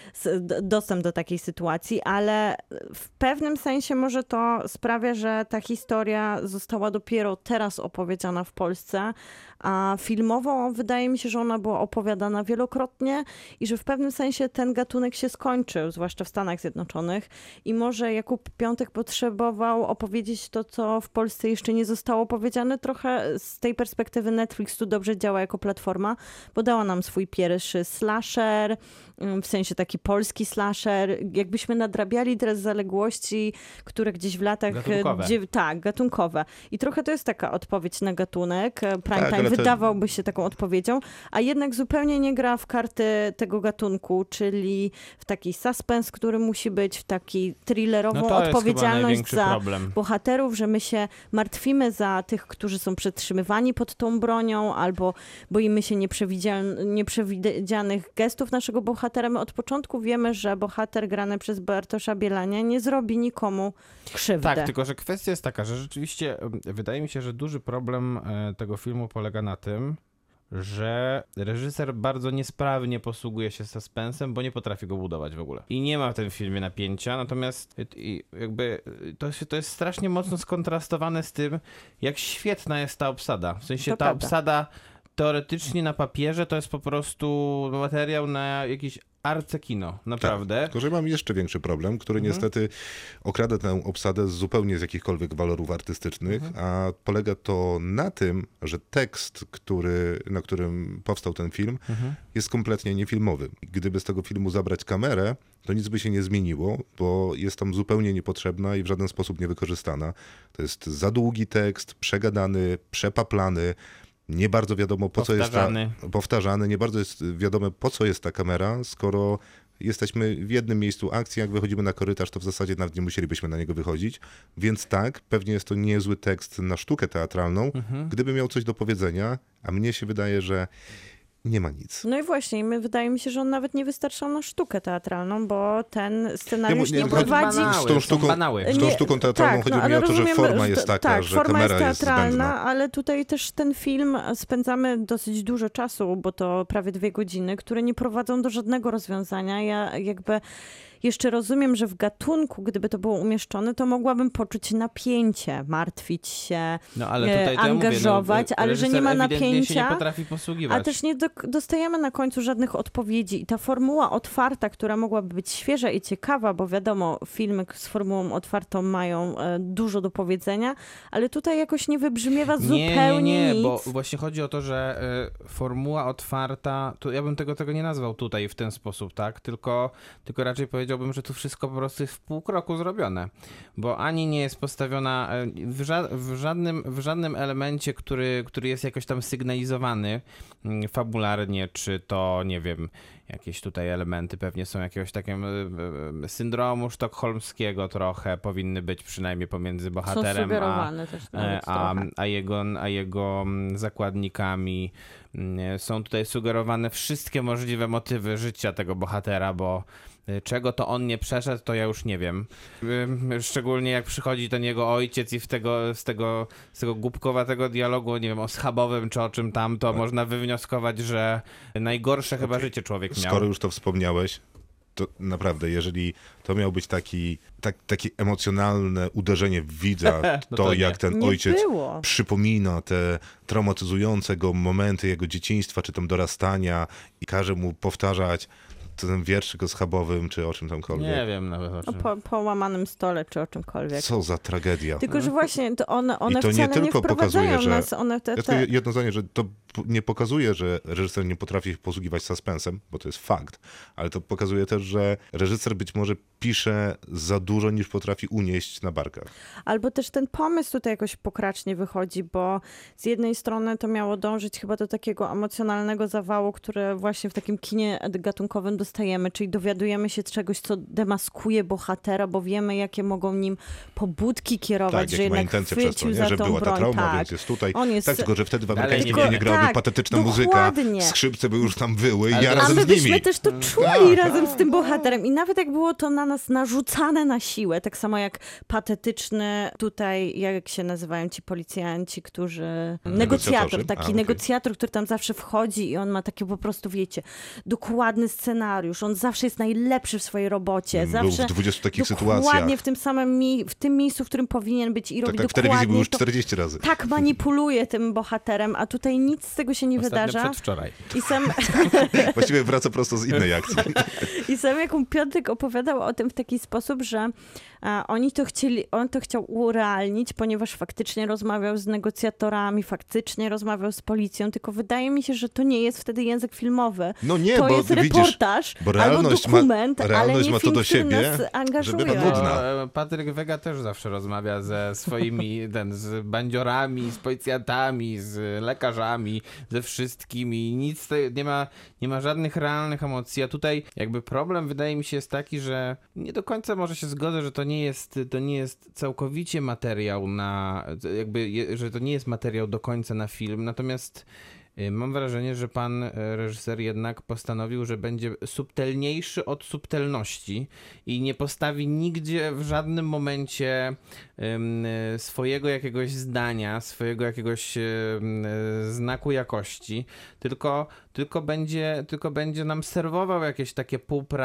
dostęp do takiej sytuacji, ale w pewnym sensie może to sprawia, że ta historia została dopiero teraz opowiedziana w Polsce, a filmowo wydaje mi się, że ona była opowiadana wielokrotnie i że w pewnym sensie ten gatunek się skończył, zwłaszcza w Stanach Zjednoczonych i może Jakub Piątek potrzebował opowiedzieć to, co w Polsce jeszcze nie zostało powiedziane. Trochę z tej perspektywy Netflix tu dobrze działa jako platforma, bo dała nam swój pierwszy slasher, w sensie taki polski slasher. Jakbyśmy nadrabiali teraz zaległości, które gdzieś w latach... gatunkowe. I trochę to jest taka odpowiedź na gatunek. Prime Time wydawałby się taką odpowiedzią, a jednak zupełnie nie gra w karty tego gatunku, czyli w taki suspens, który musi być, w taki thrillerową odpowiedzialność za bohaterów, że my się martwimy za tych, którzy są przetrzymywani pod tą bronią, albo boimy się nieprzewidzianych gestów naszego bohatera. My od początku wiemy, że bohater grany przez Bartosza Bielania nie zrobi nikomu krzywdy. Tak, tylko że kwestia jest taka, że rzeczywiście wydaje mi się, że duży problem tego filmu polega na tym, że reżyser bardzo niesprawnie posługuje się suspensem, bo nie potrafi go budować w ogóle. I nie ma w tym filmie napięcia, natomiast jakby to jest strasznie mocno skontrastowane z tym, jak świetna jest ta obsada. W sensie obsada teoretycznie na papierze to jest po prostu materiał na jakiś arcykino, naprawdę. Tak, tylko że mam jeszcze większy problem, który niestety okrada tę obsadę zupełnie z jakichkolwiek walorów artystycznych, a polega to na tym, że tekst, na którym powstał ten film, jest kompletnie niefilmowy. Gdyby z tego filmu zabrać kamerę, to nic by się nie zmieniło, bo jest tam zupełnie niepotrzebna i w żaden sposób niewykorzystana. To jest za długi tekst, przegadany, przepaplany, nie bardzo wiadomo, po co jest powtarzany, nie bardzo jest wiadomo, po co jest ta kamera, skoro jesteśmy w jednym miejscu akcji, jak wychodzimy na korytarz, to w zasadzie nawet nie musielibyśmy na niego wychodzić, więc tak, pewnie jest to niezły tekst na sztukę teatralną, gdyby miał coś do powiedzenia, a mnie się wydaje, że nie ma nic. No i właśnie, wydaje mi się, że on nawet nie wystarczał na sztukę teatralną, bo ten scenariusz nie prowadzi... Z tą sztuką teatralną chodzi mi o to, że forma jest taka, że forma kamera jest teatralna, jest zbędna. ale tutaj też ten film spędzamy dosyć dużo czasu, bo to prawie 2 godziny, które nie prowadzą do żadnego rozwiązania. Ja jakby jeszcze rozumiem, że w gatunku, gdyby to było umieszczone, to mogłabym poczuć napięcie, martwić się, angażować, ale że nie ma napięcia, się nie potrafi posługiwać. a też nie dostajemy na końcu żadnych odpowiedzi. I ta formuła otwarta, która mogłaby być świeża i ciekawa, bo wiadomo, filmy z formułą otwartą mają dużo do powiedzenia, ale tutaj jakoś nie wybrzmiewa zupełnie nic. Bo właśnie chodzi o to, że formuła otwarta, to ja bym tego nie nazwał tutaj w ten sposób, tak? Tylko raczej powiedziałbym, że tu wszystko po prostu jest w pół kroku zrobione, bo ani nie jest postawiona w żadnym elemencie, który jest jakoś tam sygnalizowany fabularnie, czy to, nie wiem, jakieś tutaj elementy pewnie są jakiegoś takiego syndromu sztokholmskiego trochę, powinny być przynajmniej pomiędzy bohaterem a jego zakładnikami. Są tutaj sugerowane wszystkie możliwe motywy życia tego bohatera, bo czego to on nie przeszedł, to ja już nie wiem. Szczególnie jak przychodzi ten jego ojciec i z tego głupkowatego dialogu, nie wiem, o schabowym czy o czym tam, to można wywnioskować, że najgorsze chyba życie człowiek miał. Skoro już to wspomniałeś, to naprawdę, jeżeli to miał być takie emocjonalne uderzenie w widza, to jak ten ojciec przypomina te traumatyzujące go momenty jego dzieciństwa, czy tam dorastania i każe mu powtarzać ten wierszyk o schabowym, czy o czym tamkolwiek. Nie wiem nawet o czym. Po łamanym stole, czy o czymkolwiek. Co za tragedia. Tylko, że właśnie one I to wcale nie tylko wprowadzają pokazuje, że... nas. Jedno zdanie, że to nie pokazuje, że reżyser nie potrafi się posługiwać suspensem, bo to jest fakt, ale to pokazuje też, że reżyser być może pisze za dużo, niż potrafi unieść na barkach. Albo też ten pomysł tutaj jakoś pokracznie wychodzi, bo z jednej strony to miało dążyć chyba do takiego emocjonalnego zawału, które właśnie w takim kinie gatunkowym dostajemy, czyli dowiadujemy się czegoś, co demaskuje bohatera, bo wiemy, jakie mogą nim pobudki kierować, Tak, że jak ma jednak intencje przez to, chwycił nie? za Że tą była ta broń. trauma, Tak. więc jest tutaj. On jest... Tak, tylko że wtedy w Ale amerykańskim nie kinie grałaby tak, patetyczna muzyka, dokładnie. skrzypce by już tam wyły i Ale ja to- A razem my z nimi. byśmy też to czuli razem z tym bohaterem. I nawet jak było to na nas narzucane na siłę, tak samo jak patetyczny tutaj, jak się nazywają ci policjanci, którzy... Negocjator, taki okej. negocjator, który tam zawsze wchodzi i on ma taki po prostu, wiecie, dokładny scenariusz. On zawsze jest najlepszy w swojej robocie. Był Zawsze w 20 takich dokładnie sytuacjach. w tym samym w tym miejscu, w którym powinien być i robi Tak, w telewizji był dokładnie już to. 40 razy. Tak manipuluje tym bohaterem, a tutaj nic z tego się nie Ostatnio wydarza. przedwczoraj. I sam... Właściwie wraca prosto z innej akcji. I sam Jakub Piątek opowiadał o tym w taki sposób, że on to chciał urealnić, ponieważ faktycznie rozmawiał z negocjatorami, faktycznie rozmawiał z policją, tylko wydaje mi się, że to nie jest wtedy język filmowy. No nie, To bo jest widzisz, reportaż bo albo realność dokument, ale realność nie ma to film, do który siebie, nas angażuje. że bywa nudna. Patryk Wega też zawsze rozmawia ze swoimi, z bandziorami, z policjantami, z lekarzami, ze wszystkimi. Nic nie ma żadnych realnych emocji. A tutaj jakby problem wydaje mi się jest taki, że nie do końca może się zgodzę, że to nie jest całkowicie materiał że to nie jest materiał do końca na film. Natomiast mam wrażenie, że pan reżyser jednak postanowił, że będzie subtelniejszy od subtelności i nie postawi nigdzie w żadnym momencie swojego jakiegoś zdania, swojego jakiegoś znaku jakości, tylko będzie nam serwował jakieś takie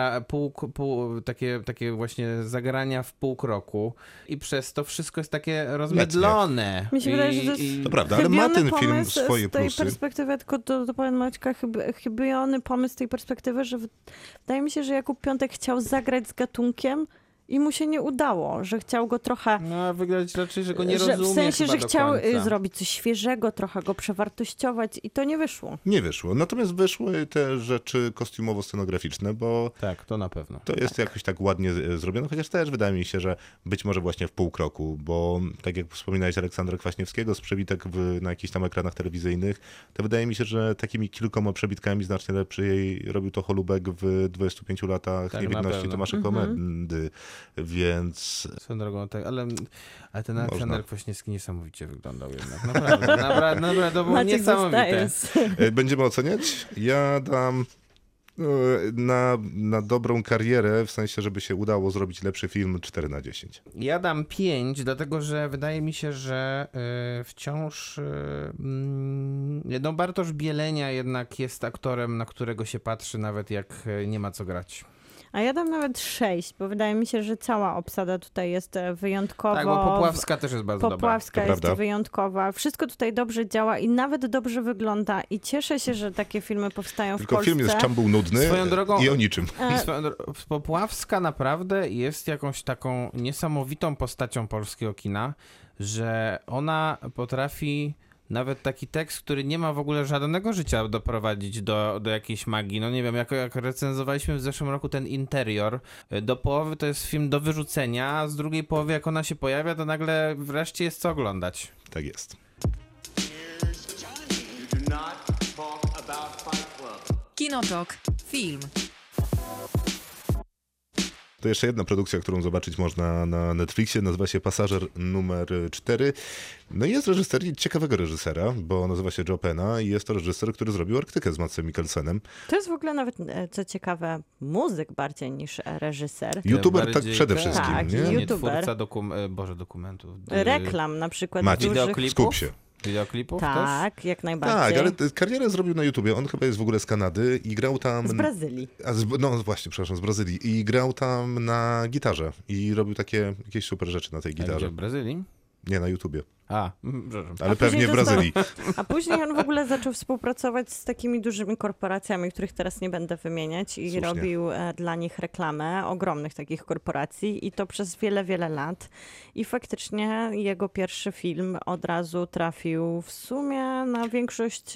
takie właśnie zagrania w pół kroku i przez to wszystko jest takie rozmydlone. Mi się wydaje, że to jest To prawda, ale ma chybiony ten film pomysł swoje z tej plusy. perspektywy, tylko dopowiem Maćka, chybiony pomysł z tej perspektywy, że wydaje mi się, że Jakub Piątek chciał zagrać z gatunkiem i mu się nie udało, że chciał go trochę... No, wyglądać raczej, że go nie że rozumie w sensie, chyba że do chciał końca. zrobić coś świeżego, trochę go przewartościować i to nie wyszło. Nie wyszło. Natomiast wyszły te rzeczy kostiumowo-scenograficzne, bo Tak, to na pewno. to jest jakoś tak ładnie zrobione, chociaż też wydaje mi się, że być może właśnie w pół kroku, bo tak jak wspominałeś Aleksandra Kwaśniewskiego z przebitek na jakichś tam ekranach telewizyjnych, to wydaje mi się, że takimi kilkoma przebitkami znacznie lepiej robił to Holubek w 25 latach Tak, na niewinności pewno. Tomasza Komendy, więc Swoją drogą, tak, ale ten Aleksander Można. Kwaśniewski niesamowicie wyglądał jednak. Naprawdę, to było Maciek niesamowite. zostaje. będziemy oceniać. Ja dam na dobrą karierę, w sensie, żeby się udało zrobić lepszy film, 4/10. Ja dam 5, dlatego że wydaje mi się, że wciąż no Bartosz Bielenia jednak jest aktorem, na którego się patrzy nawet jak nie ma co grać. A ja dam nawet 6, bo wydaje mi się, że cała obsada tutaj jest wyjątkowo... Tak, bo Popławska też jest bardzo dobra. Popławska To jest prawda. wyjątkowa. Wszystko tutaj dobrze działa i nawet dobrze wygląda. I cieszę się, że takie filmy powstają Tylko w Polsce. film jest czambuł nudny Swoją drogą- i o niczym. Popławska naprawdę jest jakąś taką niesamowitą postacią polskiego kina, że ona potrafi nawet taki tekst, który nie ma w ogóle żadnego życia doprowadzić do jakiejś magii. No nie wiem, jak recenzowaliśmy w zeszłym roku ten Interior, do połowy to jest film do wyrzucenia, a z drugiej połowy jak ona się pojawia, to nagle wreszcie jest co oglądać. Tak jest. Kinotok. Film. To jeszcze jedna produkcja, którą zobaczyć można na Netflixie, nazywa się Pasażer numer 4. No i jest reżyser ciekawego reżysera, bo nazywa się Joe Penna i jest to reżyser, który zrobił Arktykę z Madsem Mikkelsenem. To jest w ogóle nawet, co ciekawe, muzyk bardziej niż reżyser. YouTuber tak bardziej- przede wszystkim, Tak, nie? i Nie YouTuber. twórca dokumentów. Reklam na przykład Maciej. dużych... Wideoklipów? Skup się. Wideoklipów też? Tak, jak najbardziej. Tak, ale karierę zrobił na YouTubie. On chyba jest w ogóle z Kanady i grał tam... Z Brazylii. No właśnie, przepraszam, z Brazylii. I grał tam na gitarze i robił takie jakieś super rzeczy na tej A gdzie, gitarze. w Brazylii? Nie, na YouTubie. Przepraszam. Ale pewnie w Brazylii. A później on w ogóle zaczął współpracować z takimi dużymi korporacjami, których teraz nie będę wymieniać i Słusznie. robił dla nich reklamę ogromnych takich korporacji i to przez wiele, wiele lat. I faktycznie jego pierwszy film od razu trafił w sumie na większość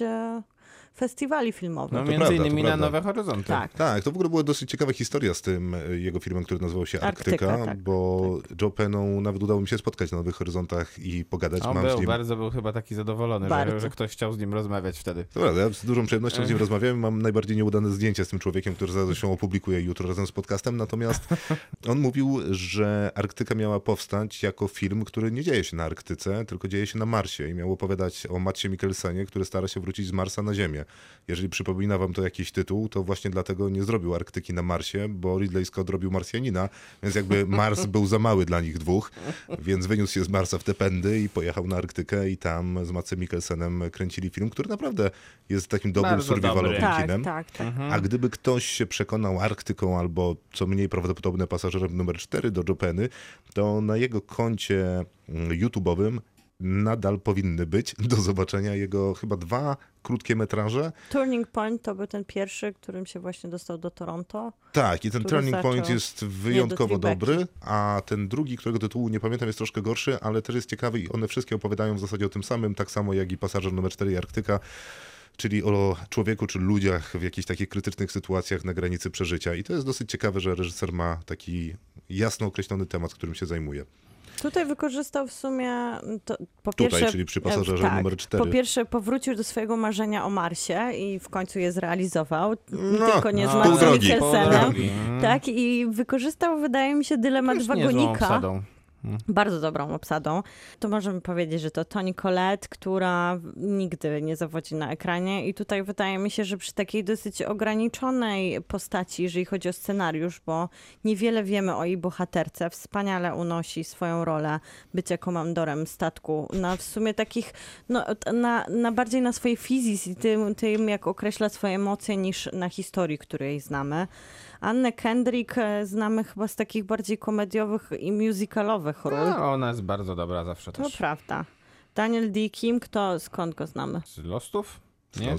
festiwali filmowych. No to między prawda, to innymi na prawda. Nowe Horyzonty. Tak. Tak, to w ogóle była dosyć ciekawa historia z tym jego filmem, który nazywał się Arktyka, Arktyka, tak. bo Joe Penną nawet udało mi się spotkać na Nowych Horyzontach i pogadać. On Mam z nim... bardzo był chyba taki zadowolony, Bardzo. że ktoś chciał z nim rozmawiać wtedy. Dobra, ja z dużą przyjemnością z nim rozmawiałem. Mam najbardziej nieudane zdjęcie z tym człowiekiem, który zresztą opublikuję jutro razem z podcastem. Natomiast on mówił, że Arktyka miała powstać jako film, który nie dzieje się na Arktyce, tylko dzieje się na Marsie i miał opowiadać o Matsie Mikkelsenie, który stara się wrócić z Marsa na Ziemię. Jeżeli przypomina wam to jakiś tytuł, to właśnie dlatego nie zrobił Arktyki na Marsie, bo Ridley Scott robił Marsjanina, więc jakby Mars był za mały dla nich dwóch, więc wyniósł się z Marsa w te pędy i pojechał na Arktykę i tam z Matsem Mikkelsenem kręcili film, który naprawdę jest takim dobrym Bardzo survivalowym dobry. kinem. Tak. A gdyby ktoś się przekonał Arktyką albo co mniej prawdopodobne pasażerem numer 4 do Jopeny, to na jego koncie YouTube'owym nadal powinny być do zobaczenia jego chyba 2 krótkie metraże. Turning Point to był ten pierwszy, którym się właśnie dostał do Toronto. Tak, i ten który Turning Point zaczął jest wyjątkowo nie do Tribeca. dobry, a ten drugi, którego tytułu nie pamiętam, jest troszkę gorszy, ale też jest ciekawy i one wszystkie opowiadają w zasadzie o tym samym, tak samo jak i Pasażer numer 4 i Arktyka, czyli o człowieku czy ludziach w jakichś takich krytycznych sytuacjach na granicy przeżycia. I to jest dosyć ciekawe, że reżyser ma taki jasno określony temat, którym się zajmuje. Tutaj wykorzystał w sumie to, po Tutaj, pierwsze, czyli przy Pasażerze tak, numer 4. Po pierwsze powrócił do swojego marzenia o Marsie i w końcu je zrealizował, No, tylko nie z pół Matsem drogi. Mikkelsenem. Pół drogi. Tak, i wykorzystał, wydaje mi się, dylemat Też niezłą wagonika. obsadą. Bardzo dobrą obsadą. To możemy powiedzieć, że to Toni Collette, która nigdy nie zawodzi na ekranie i tutaj wydaje mi się, że przy takiej dosyć ograniczonej postaci, jeżeli chodzi o scenariusz, bo niewiele wiemy o jej bohaterce, wspaniale unosi swoją rolę bycia komandorem statku na w sumie takich, no, na bardziej na swojej fizji i tym, jak określa swoje emocje, niż na historii, której znamy. Annę Kendrick znamy chyba z takich bardziej komediowych i musicalowych ról. No, ona jest bardzo dobra zawsze To też. prawda. Daniel D. Kim, skąd go znamy? Z Lostów? Nie?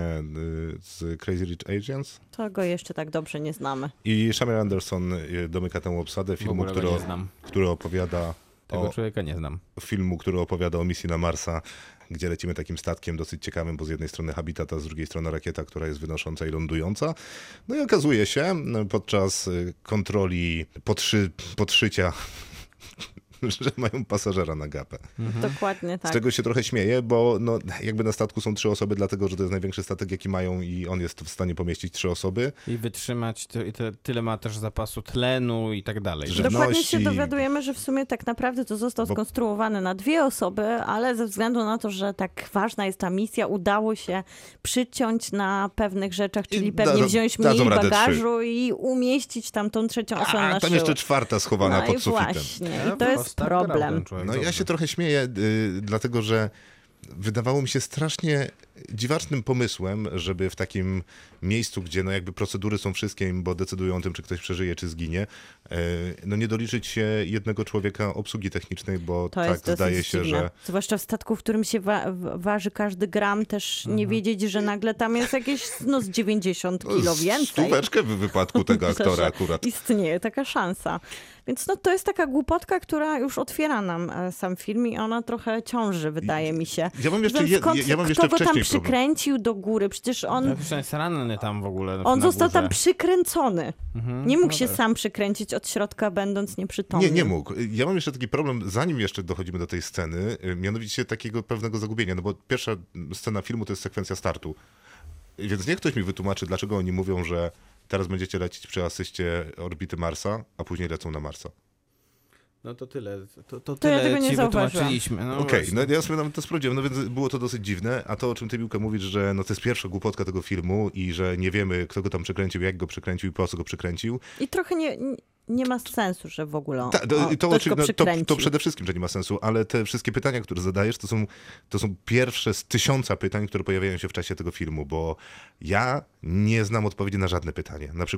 Z Crazy Rich Asians. To go jeszcze tak dobrze nie znamy. I Shamir Anderson domyka tę obsadę W filmu, ogóle go nie znam. który opowiada Tego człowieka nie znam. który opowiada o misji na Marsa, gdzie lecimy takim statkiem dosyć ciekawym, bo z jednej strony habitat, a z drugiej strony rakieta, która jest wynosząca i lądująca. No i okazuje się podczas kontroli podszycia, że mają pasażera na gapę. Dokładnie Z tak. czego się trochę śmieję, bo no, jakby na statku są 3 osoby, dlatego że to jest największy statek, jaki mają i on jest w stanie pomieścić 3 osoby. I wytrzymać, tyle ma też zapasu tlenu i tak dalej. Że- Dokładnie się żywności. dowiadujemy, że w sumie tak naprawdę to został skonstruowany na 2 osoby, ale ze względu na to, że tak ważna jest ta misja, udało się przyciąć na pewnych rzeczach, czyli pewnie wziąć mniej dadzą radę bagażu i umieścić tam tą trzecią osobę na A tam szyję. jeszcze 4 schowana No pod i sufitem. właśnie, Ja i to jest tak grał problem. ten człowiek, No ja dobrze. się trochę śmieję, dlatego że wydawało mi się strasznie dziwacznym pomysłem, żeby w takim miejscu, gdzie no jakby procedury są wszystkim, bo decydują o tym, czy ktoś przeżyje, czy zginie, no nie doliczyć się jednego człowieka obsługi technicznej, bo To tak jest dosyć zdaje się, dziwne. że... Zwłaszcza w statku, w którym się waży każdy gram, też nie wiedzieć, że nagle tam jest jakieś z 90 kilo więcej. Stóweczkę w wypadku tego Myślę, aktora że akurat. Istnieje taka szansa. Więc no, to jest taka głupotka, która już otwiera nam sam film i ona trochę ciąży, wydaje mi się. Ja mam jeszcze, Skąd- ja mam kto jeszcze go tam wcześniej problem. przykręcił do góry? Przecież Ja on jest ranny tam w ogóle. on na został górze. tam przykręcony. Mhm. Nie mógł no się tak. sam przykręcić od środka, będąc nieprzytomny. Nie mógł. Ja mam jeszcze taki problem, zanim jeszcze dochodzimy do tej sceny, mianowicie takiego pewnego zagubienia, no bo pierwsza scena filmu to jest sekwencja startu. Więc niech ktoś mi wytłumaczy, dlaczego oni mówią, że teraz będziecie lecieć przy asyście orbity Marsa, a później lecą na Marsa. No to tyle. To ja tyle tego nie ci zauważyłam. wytłumaczyliśmy. No Okej, właśnie. no ja sobie nawet to sprawdziłem, no więc było to dosyć dziwne, a to, o czym ty, Miłka, mówisz, że no to jest pierwsza głupotka tego filmu i że nie wiemy, kto go tam przekręcił, jak go przekręcił i po co go przekręcił. I trochę nie ma sensu, że w ogóle Ta, ktoś go przykręcił. to przede wszystkim, że nie ma sensu, ale te wszystkie pytania, które zadajesz, to są pierwsze z 1000 pytań, które pojawiają się w czasie tego filmu, bo ja nie znam odpowiedzi na żadne pytanie. Na przykład,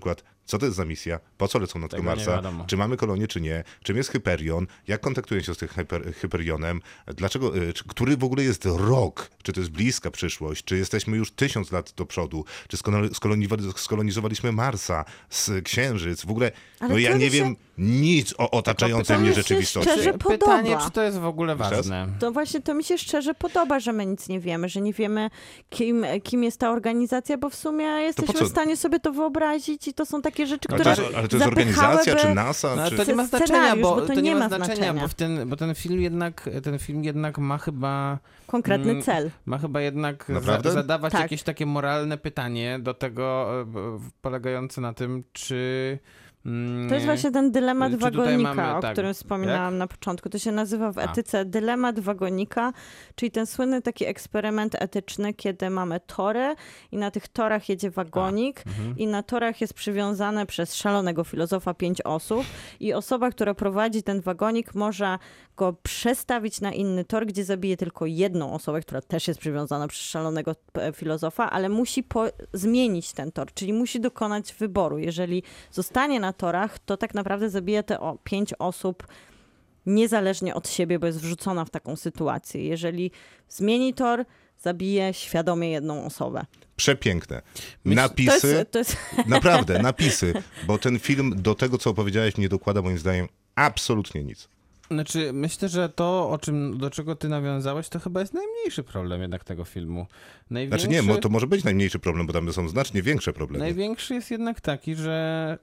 Co to jest za misja? Po co lecą na tego Tego nie Marsa? wiadomo. Czy mamy kolonię, czy nie? Czym jest Hyperion? Jak kontaktują się z tym Hyperionem? Dlaczego, który w ogóle jest rok? Czy to jest bliska przyszłość? Czy jesteśmy już 1000 lat do przodu? Czy skolonizowaliśmy Marsa, Księżyc? W ogóle, Ale no ja to nie mi się- wiem nic o otaczającej to mnie mi się rzeczywistości. szczerze podoba. Pytanie, czy to jest w ogóle Jeszcze raz? ważne? To właśnie to mi się szczerze podoba, że my nic nie wiemy, że nie wiemy, kim jest ta organizacja, bo w sumie jesteśmy co? w stanie sobie to wyobrazić i to są takie rzeczy, Ale które to jest organizacja, czy NASA? No, ale Czy... to nie ma znaczenia, Scenariusz, bo bo to to nie ma znaczenia, znaczenia. bo ten film jednak ma chyba konkretny cel. ma chyba jednak Naprawdę? zadawać Tak. jakieś takie moralne pytanie do tego polegające na tym, czy To jest właśnie ten dylemat Czy tutaj wagonika, mamy, o tak, którym wspominałam na początku. To się nazywa w etyce dylemat wagonika, czyli ten słynny taki eksperyment etyczny, kiedy mamy tory i na tych torach jedzie wagonik i na torach jest przywiązane przez szalonego filozofa 5 osób i osoba, która prowadzi ten wagonik, może go przestawić na inny tor, gdzie zabije tylko jedną osobę, która też jest przywiązana przez szalonego filozofa, ale musi zmienić ten tor, czyli musi dokonać wyboru. Jeżeli zostanie na torach, to tak naprawdę zabija te 5 osób niezależnie od siebie, bo jest wrzucona w taką sytuację. Jeżeli zmieni tor, zabije świadomie jedną osobę. Przepiękne. Napisy, To jest naprawdę, napisy, bo ten film do tego, co opowiedziałeś, nie dokłada moim zdaniem absolutnie nic. Znaczy, myślę, że to, do czego ty nawiązałeś, to chyba jest najmniejszy problem jednak tego filmu. Znaczy nie, to może być najmniejszy problem, bo tam są znacznie większe problemy. Największy jest jednak taki, że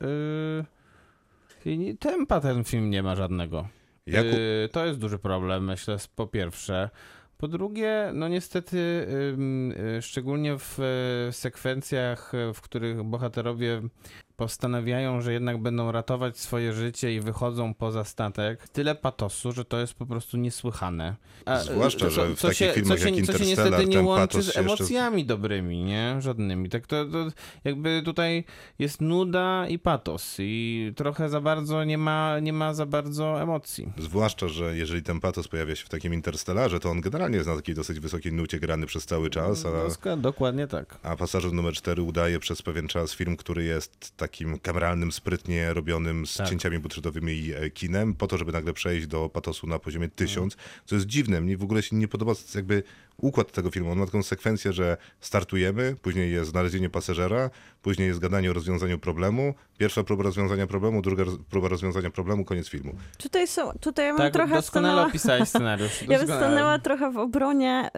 tempa ten film nie ma żadnego. To jest duży problem, myślę, po pierwsze. Po drugie, no niestety, szczególnie w sekwencjach, w których bohaterowie postanawiają, że jednak będą ratować swoje życie i wychodzą poza statek, tyle patosu, że to jest po prostu niesłychane. Zwłaszcza, że w takich filmach jak co się Interstellar niestety nie ten łączy patos z się jeszcze... emocjami dobrymi, nie? Żadnymi. Tak to jakby tutaj jest nuda i patos i trochę za bardzo nie ma za bardzo emocji. Zwłaszcza, że jeżeli ten patos pojawia się w takim Interstellarze, to on generalnie jest na takiej dosyć wysokiej nucie grany przez cały czas, Dokładnie tak. a Pasażer numer 4 udaje przez pewien czas film, który jest takim kameralnym, sprytnie robionym z cięciami budżetowymi i kinem, po to, żeby nagle przejść do patosu na poziomie 1000, co jest dziwne. Mnie w ogóle się nie podoba jakby układ tego filmu. On ma taką sekwencję, że startujemy, później jest znalezienie pasażera, później jest gadanie o rozwiązaniu problemu, pierwsza próba rozwiązania problemu, druga próba rozwiązania problemu, koniec filmu. Tutaj ja bym Tak, trochę doskonale opisałeś scenariusz. Ja bym stanęła trochę w obronie,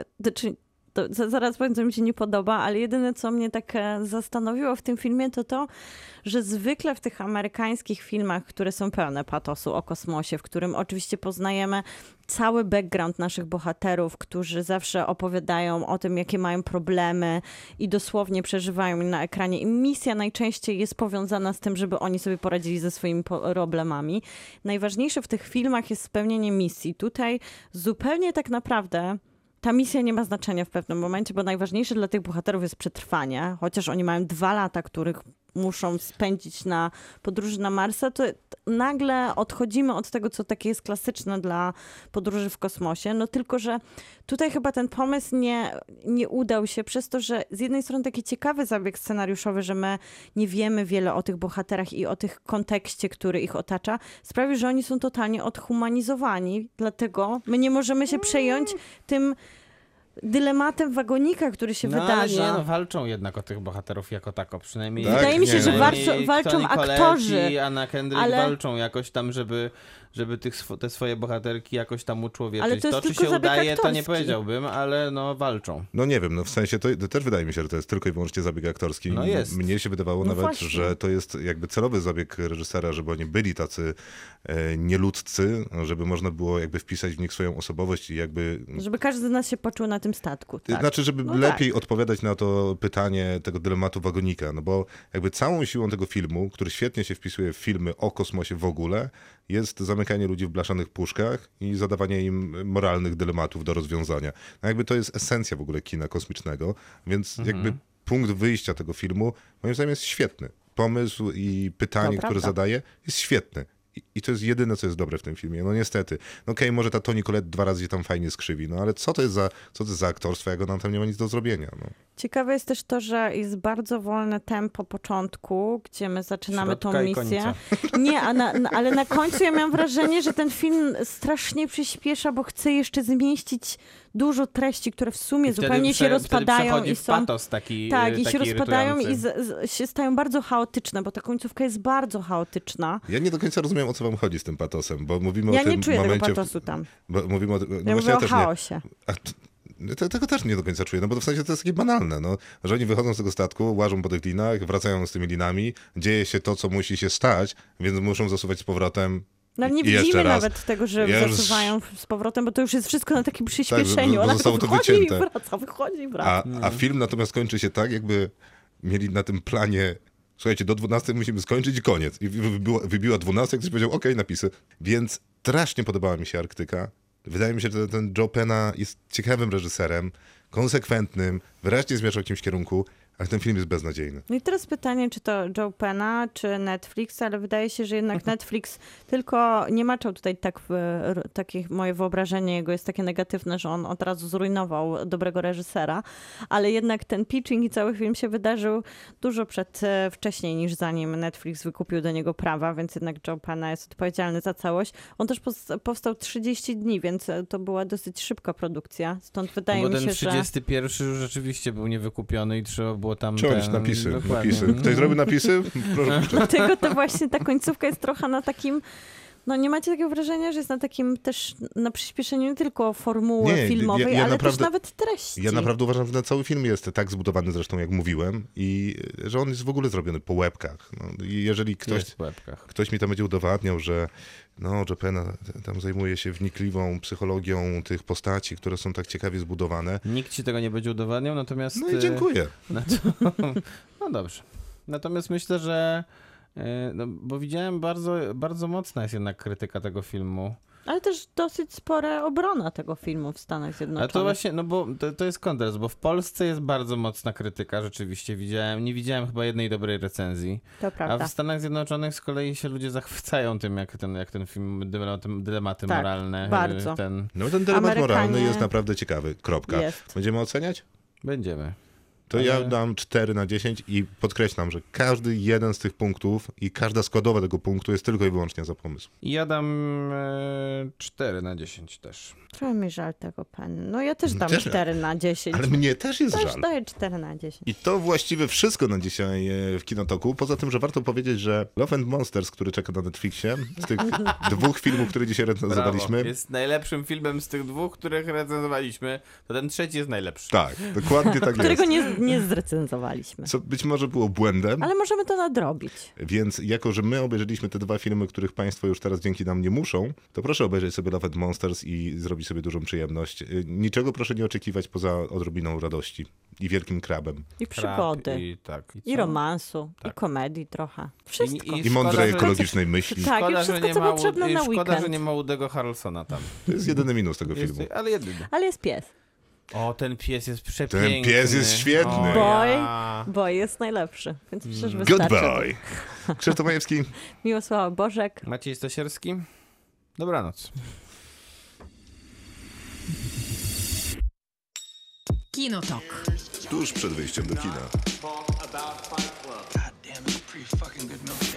zaraz powiem, co mi się nie podoba, ale jedyne, co mnie tak zastanowiło w tym filmie, to, że zwykle w tych amerykańskich filmach, które są pełne patosu o kosmosie, w którym oczywiście poznajemy cały background naszych bohaterów, którzy zawsze opowiadają o tym, jakie mają problemy i dosłownie przeżywają je na ekranie. I misja najczęściej jest powiązana z tym, żeby oni sobie poradzili ze swoimi problemami. Najważniejsze w tych filmach jest spełnienie misji. Tutaj zupełnie tak naprawdę ta misja nie ma znaczenia w pewnym momencie, bo najważniejsze dla tych bohaterów jest przetrwanie, chociaż oni mają 2 lata, których muszą spędzić na podróży na Marsa, to nagle odchodzimy od tego, co takie jest klasyczne dla podróży w kosmosie. No tylko, że tutaj chyba ten pomysł nie udał się przez to, że z jednej strony taki ciekawy zabieg scenariuszowy, że my nie wiemy wiele o tych bohaterach i o tych kontekście, który ich otacza, sprawił, że oni są totalnie odhumanizowani. Dlatego my nie możemy się przejąć tym dylematem wagonika, który się wydarza. Nie, walczą jednak o tych bohaterów jako tako, przynajmniej. Tak, Wydaje mi się, że walczą Toni aktorzy. Collette i Anna Kendrick ale... walczą jakoś tam, żeby te swoje bohaterki jakoś tam uczłowieczyć. Ale to jest czy tylko się zabieg udaje, to nie aktorski. powiedziałbym, ale no walczą. No nie wiem, no w sensie to też wydaje mi się, że to jest tylko i wyłącznie zabieg aktorski. No jest. Mnie się wydawało nawet, właśnie. że to jest jakby celowy zabieg reżysera, żeby oni byli tacy nieludzcy, żeby można było jakby wpisać w nich swoją osobowość i jakby... Żeby każdy z nas się poczuł na tym statku. Tak. Znaczy, żeby lepiej odpowiadać na to pytanie tego dylematu wagonika, no bo jakby całą siłą tego filmu, który świetnie się wpisuje w filmy o kosmosie w ogóle, jest zamykanie ludzi w blaszanych puszkach i zadawanie im moralnych dylematów do rozwiązania. No jakby to jest esencja w ogóle kina kosmicznego, więc jakby punkt wyjścia tego filmu moim zdaniem jest świetny. Pomysł i pytanie, które zadaje, jest świetny. I to jest jedyne, co jest dobre w tym filmie. No niestety. No okej, może ta Toni Collette 2 razy się tam fajnie skrzywi, no ale co to jest za aktorstwo, jak ona tam nie ma nic do zrobienia? No. Ciekawe jest też to, że jest bardzo wolne tempo początku, gdzie my zaczynamy tą Środka i misję. końca. Nie, ale na końcu ja miałam wrażenie, że ten film strasznie przyspiesza, bo chce jeszcze zmieścić dużo treści, które w sumie zupełnie się rozpadają i w są... patos taki Tak, i taki się rozpadają i irytujący. się stają bardzo chaotyczne, bo ta końcówka jest bardzo chaotyczna. Ja nie do końca rozumiem, o co wam chodzi z tym patosem, bo mówimy Ja o tym nie czuję momencie... tego patosu tam. Bo mówimy o, no Ja właśnie mówię o też chaosie. Tego też nie do końca czuję, no bo to w sensie to jest takie banalne, no, że oni wychodzą z tego statku, łażą po tych linach, wracają z tymi linami, dzieje się to, co musi się stać, więc muszą zasuwać z powrotem. No nie I jeszcze widzimy raz. nawet tego, że Ja już- zasuwają z powrotem, bo to już jest wszystko na takim przyspieszeniu. bo Ona zostało tylko to wychodzi i wycięte. wraca, wychodzi i wraca. A film natomiast kończy się tak, jakby mieli na tym planie, słuchajcie, do 12 musimy skończyć i koniec. I wybiła 12, ktoś powiedział, okej, napisy. Więc strasznie podobała mi się Arktyka. Wydaje mi się, że ten Joe Penna jest ciekawym reżyserem, konsekwentnym, wyraźnie zmierzał w jakimś kierunku, ale ten film jest beznadziejny. No i teraz pytanie, czy to Joe Penna, czy Netflix, ale wydaje się, że jednak Netflix tylko nie maczał tutaj takie moje wyobrażenie jego jest takie negatywne, że on od razu zrujnował dobrego reżysera, ale jednak ten pitching i cały film się wydarzył dużo wcześniej niż zanim Netflix wykupił do niego prawa, więc jednak Joe Penna jest odpowiedzialny za całość. On też powstał 30 dni, więc to była dosyć szybka produkcja, stąd wydaje Bo mi ten się, 31 już rzeczywiście był niewykupiony i trzeba było tam Ciąć napisy. Dokładnie. Ktoś zrobił napisy? Proszę. Dlatego to właśnie ta końcówka jest trochę na takim, no nie macie takiego wrażenia, że jest na takim też, na przyspieszeniu nie tylko formuły Nie, filmowej, ja ale naprawdę- też nawet treści. Ja naprawdę uważam, że ten cały film jest tak zbudowany zresztą, jak mówiłem, i że on jest w ogóle zrobiony po łebkach. No, i jeżeli Jest w łebkach. ktoś mi tam będzie udowadniał, że Joe Penna tam zajmuje się wnikliwą psychologią tych postaci, które są tak ciekawie zbudowane. Nikt ci tego nie będzie udowadniał, natomiast... No i dziękuję. No dobrze. Natomiast myślę, że... No, bo widziałem bardzo mocna jest jednak krytyka tego filmu. Ale też dosyć spora obrona tego filmu w Stanach Zjednoczonych. Ale to właśnie, no bo to jest kontrast, bo w Polsce jest bardzo mocna krytyka, rzeczywiście nie widziałem chyba jednej dobrej recenzji. To A prawda. w Stanach Zjednoczonych z kolei się ludzie zachwycają tym, jak ten film, dylematy Tak, moralne. bardzo. No ten dylemat Amerykanie- moralny jest naprawdę ciekawy. Kropka. Jest. Będziemy oceniać? Będziemy. To Ale- ja dam 4/10 i podkreślam, że każdy jeden z tych punktów i każda składowa tego punktu jest tylko i wyłącznie za pomysł. I ja dam 4/10 też. Trochę mi żal tego Penny. No ja też dam Też- 4/10. Ale mnie też jest Też żal. daję 4/10. I to właściwie wszystko na dzisiaj w Kinotoku. Poza tym, że warto powiedzieć, że Love and Monsters, który czeka na Netflixie, z tych dwóch filmów, które dzisiaj recenzowaliśmy, Jest najlepszym filmem z tych dwóch, których recenzowaliśmy. To ten trzeci jest najlepszy. tak, dokładnie tak Którego jest. nie zrecenzowaliśmy. Co być może było błędem, Ale możemy to nadrobić. więc jako, że my obejrzeliśmy te dwa filmy, których państwo już teraz dzięki nam nie muszą, to proszę obejrzeć sobie Love and Monsters i zrobić sobie dużą przyjemność. Niczego proszę nie oczekiwać poza odrobiną radości i wielkim krabem. I przygody. I tak. I romansu, Tak. i komedii trochę. Wszystko. I mądrej, Szkoda, że- ekologicznej myśli. Tak, i Szkoda, że wszystko, nie co ma potrzebne na Szkoda, weekend. że nie ma Woody'ego Harrelsona tam. To jest jedyny minus tego Jest, filmu. ale jedyny. Ale jest pies. O, ten pies jest przepiękny. Ten pies jest świetny. O, Boy. ja. Boy jest najlepszy, więc przecież Good wystarczy. boy. Krzysztof Majewski. Miłosława Bożek. Maciej Stasierski? Dobranoc. Kinotok. Tuż przed wyjściem do kina. God damn, it's a pretty fucking good movie.